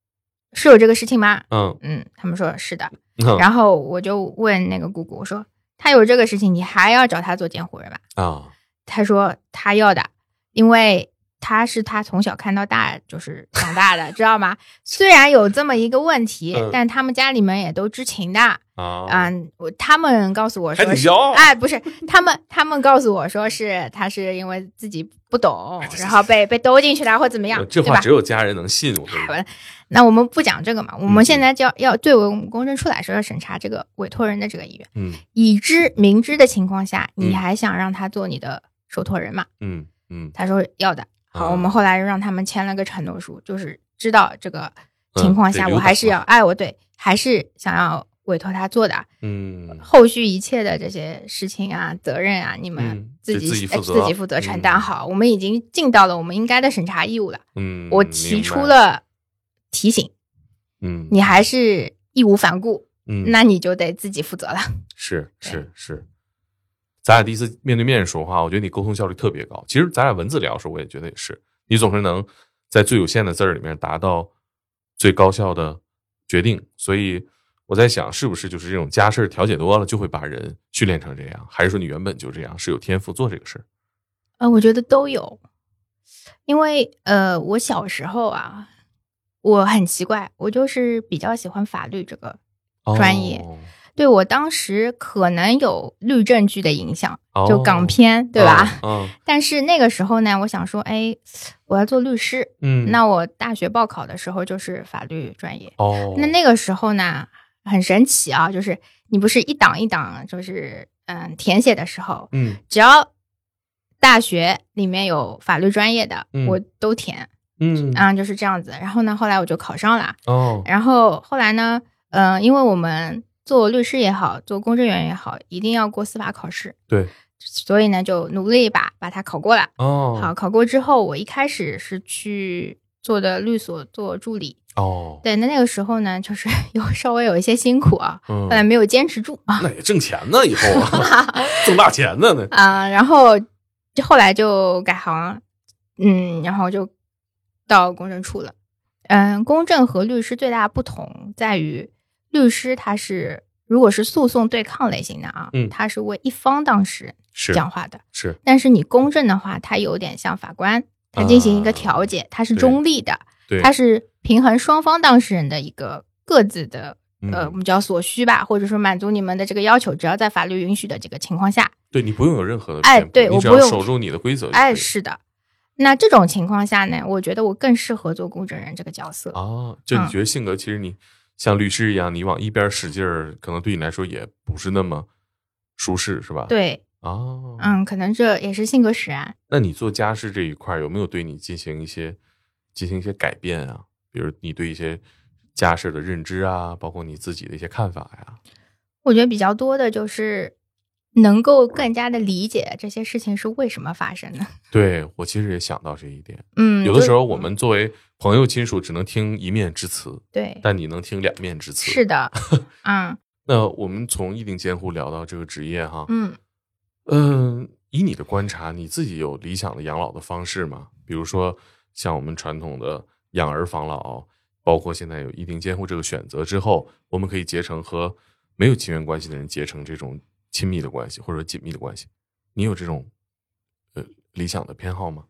[SPEAKER 3] 是有这个事情吗？
[SPEAKER 2] 嗯
[SPEAKER 3] 嗯，他们说是的。
[SPEAKER 2] 嗯
[SPEAKER 3] 然后我就问那个姑姑，我说他有这个事情，你还要找他做监护人吗？
[SPEAKER 2] 啊，
[SPEAKER 3] 他说他要的，因为他是他从小看到大，就是长大的，知道吗？虽然有这么一个问题，
[SPEAKER 2] 嗯
[SPEAKER 3] 但他们家里面也都知情的。
[SPEAKER 2] 啊，
[SPEAKER 3] 嗯，我他们告诉我说是，
[SPEAKER 2] 还挺骄傲
[SPEAKER 3] 哎，不是，他们他们告诉我说是他是因为自己不懂，然后被被兜进去的或怎么样，
[SPEAKER 2] 这话
[SPEAKER 3] 对吧
[SPEAKER 2] 只有家人能信，我跟你说。
[SPEAKER 3] 哎那我们不讲这个嘛，我
[SPEAKER 2] 嗯
[SPEAKER 3] 们现在就要要对我们公证处来说要审查这个委托人的这个意愿，
[SPEAKER 2] 嗯
[SPEAKER 3] 已知明知的情况下，你
[SPEAKER 2] 嗯
[SPEAKER 3] 还想让他做你的受托人吗？
[SPEAKER 2] 嗯嗯
[SPEAKER 3] 他说要的。好，
[SPEAKER 2] 啊
[SPEAKER 3] 我们后来让他们签了个承诺书，就是知道这个情况下，
[SPEAKER 2] 嗯得留
[SPEAKER 3] 我还是
[SPEAKER 2] 档
[SPEAKER 3] 要，哎，我对，还是想要委托他做的。
[SPEAKER 2] 嗯
[SPEAKER 3] 后续一切的这些事情啊、责任啊，你们
[SPEAKER 2] 嗯
[SPEAKER 3] 自己、
[SPEAKER 2] 自己负责
[SPEAKER 3] 呃自己负责承担好。我们已经尽到了我们应该的审查义务了。
[SPEAKER 2] 嗯，
[SPEAKER 3] 我提出
[SPEAKER 2] 明白，
[SPEAKER 3] 了提醒，
[SPEAKER 2] 嗯，
[SPEAKER 3] 你还是义无反顾，
[SPEAKER 2] 嗯，
[SPEAKER 3] 那你就得自己负责了。
[SPEAKER 2] 是是是，咱俩第一次面对面说话，我觉得你沟通效率特别高。其实咱俩文字聊的时候，我也觉得也是，你总是能在最有限的字儿里面达到最高效的决定。所以我在想，是不是就是这种家事调解多了，就会把人训练成这样，还是说你原本就这样，是有天赋做这个事儿？
[SPEAKER 3] 呃，我觉得都有，因为呃，我小时候啊，我很奇怪，我就是比较喜欢法律这个专业。
[SPEAKER 2] 哦
[SPEAKER 3] 对，我当时可能有律政剧的影响，
[SPEAKER 2] 哦
[SPEAKER 3] 就港片，对吧？
[SPEAKER 2] 嗯
[SPEAKER 3] 但是那个时候呢，我想说，哎，我要做律师。
[SPEAKER 2] 嗯，
[SPEAKER 3] 那我大学报考的时候就是法律专业。
[SPEAKER 2] 哦，
[SPEAKER 3] 那那个时候呢，很神奇啊，就是你不是一档一档，就是嗯填写的时候，
[SPEAKER 2] 嗯
[SPEAKER 3] 只要大学里面有法律专业的，
[SPEAKER 2] 嗯
[SPEAKER 3] 我都填，
[SPEAKER 2] 嗯
[SPEAKER 3] 啊、就是这样子。然后呢，后来我就考上了。
[SPEAKER 2] 哦
[SPEAKER 3] 然后后来呢，嗯、因为我们做律师也好，做公证员也好，一定要过司法考试，
[SPEAKER 2] 对
[SPEAKER 3] 所以呢，就努力一把把它考过了。
[SPEAKER 2] 哦
[SPEAKER 3] 好，考过之后，我一开始是去做的律所做助理。
[SPEAKER 2] 哦，
[SPEAKER 3] 对，那那个时候呢，就是有稍微有一些辛苦啊，
[SPEAKER 2] 嗯
[SPEAKER 3] 后来没有坚持住啊。
[SPEAKER 2] 那也挣钱呢，以后啊挣大钱呢呢。
[SPEAKER 3] 啊、然后就后来就改行，嗯，然后就到公证处了。嗯，公证和律师最大的不同在于，律师他是如果是诉讼对抗类型的啊，
[SPEAKER 2] 嗯
[SPEAKER 3] 他是为一方当事人
[SPEAKER 2] 是
[SPEAKER 3] 讲话的。
[SPEAKER 2] 是
[SPEAKER 3] 但是你公证的话，它有点像法官，他进行一个调解，它是
[SPEAKER 2] 对
[SPEAKER 3] 中立的，
[SPEAKER 2] 对，
[SPEAKER 3] 它是平衡双方当事人的一个各自的。呃，我
[SPEAKER 2] 嗯
[SPEAKER 3] 们叫所需吧，或者说满足你们的这个要求，只要在法律允许的这个情况下，
[SPEAKER 2] 对你不用有任何的
[SPEAKER 3] 哎
[SPEAKER 2] 偏颇你只
[SPEAKER 3] 对我不用
[SPEAKER 2] 要守住你的规则就可以。
[SPEAKER 3] 哎，是的。那这种情况下呢，我觉得我更适合做公证人这个角色。
[SPEAKER 2] 啊，就你
[SPEAKER 3] 嗯
[SPEAKER 2] 觉得性格其实你像律师一样，你往一边使劲儿，可能对你来说也不是那么舒适，是吧？
[SPEAKER 3] 对，
[SPEAKER 2] 啊，
[SPEAKER 3] 嗯，可能这也是性格使然。
[SPEAKER 2] 那你做家事这一块儿有没有对你进行一些进行一些改变啊？比如你对一些家事的认知啊，包括你自己的一些看法呀？
[SPEAKER 3] 我觉得比较多的就是能够更加的理解这些事情是为什么发生的。
[SPEAKER 2] 对，我其实也想到这一点。
[SPEAKER 3] 嗯，
[SPEAKER 2] 有的
[SPEAKER 3] 就
[SPEAKER 2] 时候我们作为朋友亲属只能听一面之词，
[SPEAKER 3] 对，
[SPEAKER 2] 但你能听两面之词。
[SPEAKER 3] 是的，嗯
[SPEAKER 2] 那我们从意定监护聊到这个职业哈，
[SPEAKER 3] 嗯。
[SPEAKER 2] 嗯，以你的观察，你自己有理想的养老的方式吗？比如说像我们传统的养儿防老，包括现在有意定监护这个选择之后，我们可以结成和没有亲缘关系的人结成这种亲密的关系或者紧密的关系。你有这种呃理想的偏好吗？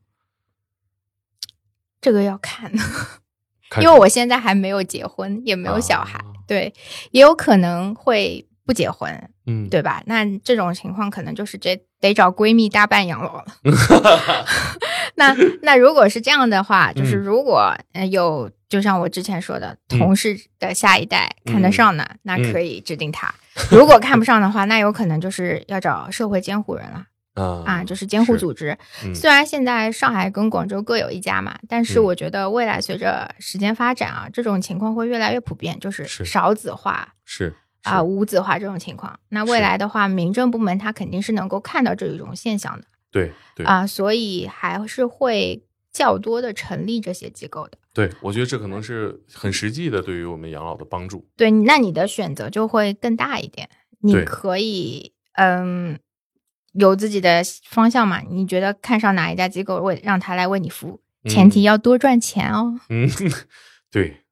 [SPEAKER 3] 这个要看，
[SPEAKER 2] 看
[SPEAKER 3] 因为我现在还没有结婚，也没有小孩，
[SPEAKER 2] 啊
[SPEAKER 3] 对，也有可能会不结婚，
[SPEAKER 2] 嗯，
[SPEAKER 3] 对吧？那这种情况可能就是这得找闺蜜搭伴养老了。那那如果是这样的话，就是如果呃有，就像我之前说的，
[SPEAKER 2] 嗯
[SPEAKER 3] 同事的下一代
[SPEAKER 2] 嗯
[SPEAKER 3] 看得上呢，那可以指定他；如果看不上的话，那有可能就是要找社会监护人了。
[SPEAKER 2] 啊
[SPEAKER 3] 啊，就是监护组织。
[SPEAKER 2] 嗯
[SPEAKER 3] 虽然现在上海跟广州各有一家嘛，但是
[SPEAKER 2] 嗯
[SPEAKER 3] 我觉得未来随着时间发展啊，这种情况会越来越普遍，就是
[SPEAKER 2] 是
[SPEAKER 3] 少子化
[SPEAKER 2] 是
[SPEAKER 3] 啊、
[SPEAKER 2] 是
[SPEAKER 3] 无子化这种情况。那未
[SPEAKER 2] 是
[SPEAKER 3] 来的话，民政部门它肯定是能够看到这一种现象的
[SPEAKER 2] 对对
[SPEAKER 3] 啊、所以还是会较多的成立这些机构的。
[SPEAKER 2] 对，我觉得这可能是很实际的对于我们养老的帮助。
[SPEAKER 3] 对，那你的选择就会更大一点，你
[SPEAKER 2] 对
[SPEAKER 3] 可以嗯。有自己的方向嘛？你觉得看上哪一家机构为让他来为你服务，前提要多赚钱哦。
[SPEAKER 2] 嗯，对，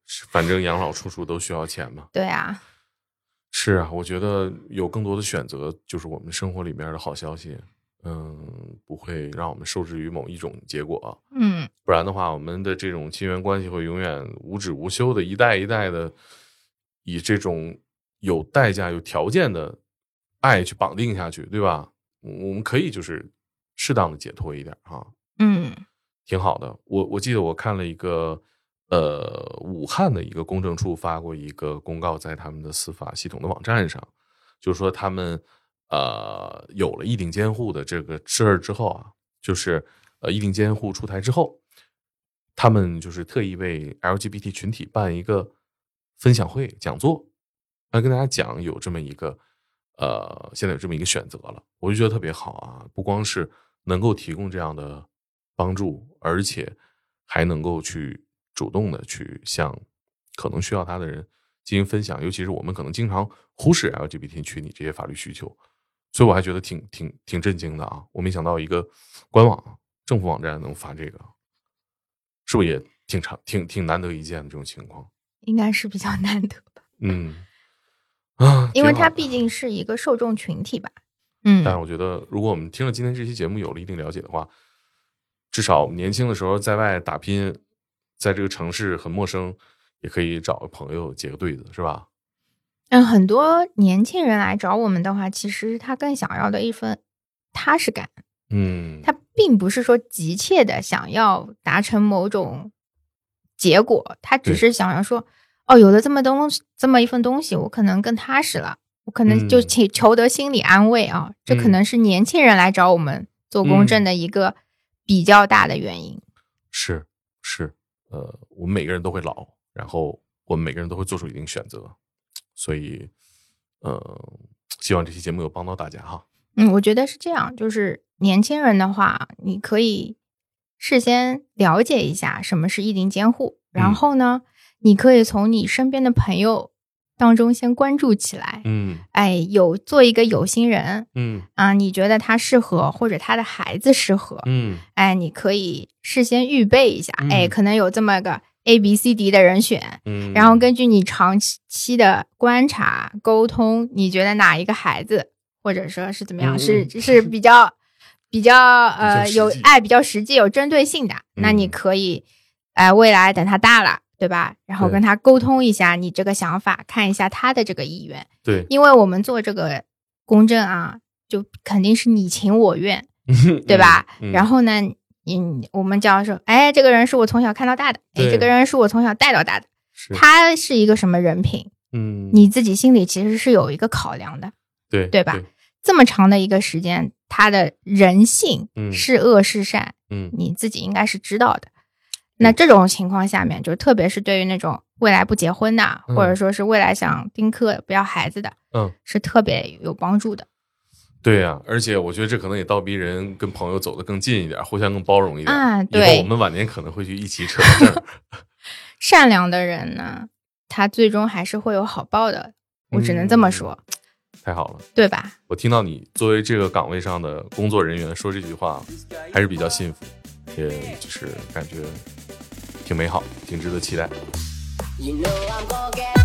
[SPEAKER 2] 反正养老处处都需要钱嘛。
[SPEAKER 3] 对啊，
[SPEAKER 2] 是啊，我觉得有更多的选择就是我们生活里面的好消息。嗯，不会让我们受制于某一种结果。
[SPEAKER 3] 嗯，
[SPEAKER 2] 不然的话，我们的这种亲缘关系会永远无止无休的，一代一代的以这种有代价、有条件的爱去绑定下去，对吧？我们可以就是适当的解脱一点哈。
[SPEAKER 3] 嗯，
[SPEAKER 2] 挺好的。我我记得我看了一个呃武汉的一个公证处发过一个公告，在他们的司法系统的网站上，就是说他们。呃，有了一定监护的这个事儿之后啊，就是呃，一定监护出台之后，他们就是特意为 L G B T 群体办一个分享会讲座，来跟大家讲有这么一个呃，现在有这么一个选择了，我就觉得特别好啊！不光是能够提供这样的帮助，而且还能够去主动的去向可能需要他的人进行分享，尤其是我们可能经常忽视 L G B T 群体这些法律需求。所以我还觉得挺挺挺震惊的啊！我没想到一个官网政府网站能发这个，是不是也挺常挺挺难得一见的这种情况？
[SPEAKER 3] 应该是比较难得吧。
[SPEAKER 2] 嗯啊，
[SPEAKER 3] 因为它毕竟是一个受众群体吧。嗯，
[SPEAKER 2] 但是我觉得，如果我们听了今天这期节目有了一定了解的话，至少年轻的时候在外打拼，在这个城市很陌生，也可以找个朋友结个对子，是吧？
[SPEAKER 3] 嗯，很多年轻人来找我们的话，其实他更想要的一份踏实感。
[SPEAKER 2] 嗯，
[SPEAKER 3] 他并不是说急切的想要达成某种结果，他只是想要说，哦，有了这么东这么一份东西，我可能更踏实了，我可能就求求得心理安慰啊。嗯、这可能是年轻人来找我们做公证的一个比较大的原因。
[SPEAKER 2] 嗯、是是，呃，我们每个人都会老，然后我们每个人都会做出一定选择。所以，呃，希望这期节目有帮到大家哈。
[SPEAKER 3] 嗯，我觉得是这样，就是年轻人的话，你可以事先了解一下什么是意定监护，然后呢，嗯、你可以从你身边的朋友当中先关注起来。
[SPEAKER 2] 嗯，
[SPEAKER 3] 哎，有做一个有心人。
[SPEAKER 2] 嗯
[SPEAKER 3] 啊，你觉得他适合，或者他的孩子适合。
[SPEAKER 2] 嗯，
[SPEAKER 3] 哎，你可以事先预备一下。
[SPEAKER 2] 嗯、
[SPEAKER 3] 哎，可能有这么个。A B C D 的人选，
[SPEAKER 2] 嗯，
[SPEAKER 3] 然后根据你长期的观察沟通，你觉得哪一个孩子或者说是怎么样，
[SPEAKER 2] 嗯、
[SPEAKER 3] 是是比较比较呃有爱、比较实际、有针对性的，
[SPEAKER 2] 嗯、
[SPEAKER 3] 那你可以呃未来等他大了，对吧？然后跟他沟通一下你这个想法，看一下他的这个意愿。
[SPEAKER 2] 对，
[SPEAKER 3] 因为我们做这个公证啊，就肯定是你情我愿，对吧？
[SPEAKER 2] 嗯、
[SPEAKER 3] 然后呢？嗯，我们叫说，哎，这个人是我从小看到大的，哎，这个人是我从小带到大的，他是一个什么人品？
[SPEAKER 2] 嗯，
[SPEAKER 3] 你自己心里其实是有一个考量的，
[SPEAKER 2] 对
[SPEAKER 3] 对吧？
[SPEAKER 2] 对，
[SPEAKER 3] 这么长的一个时间，他的人性是恶是善，
[SPEAKER 2] 嗯，
[SPEAKER 3] 你自己应该是知道的。那这种情况下面，就特别是对于那种未来不结婚的，
[SPEAKER 2] 嗯、
[SPEAKER 3] 或者说是未来想丁克不要孩子的，
[SPEAKER 2] 嗯，
[SPEAKER 3] 是特别有帮助的。
[SPEAKER 2] 对呀、啊，而且我觉得这可能也倒逼人跟朋友走得更近一点，互相更包容一点
[SPEAKER 3] 啊。对，
[SPEAKER 2] 以后我们晚年可能会去一起扯证。
[SPEAKER 3] 善良的人呢，他最终还是会有好报的，我只能这么说。
[SPEAKER 2] 嗯、太好了，
[SPEAKER 3] 对吧？
[SPEAKER 2] 我听到你作为这个岗位上的工作人员说这句话，还是比较幸福，也就是感觉挺美好，挺值得期待。You know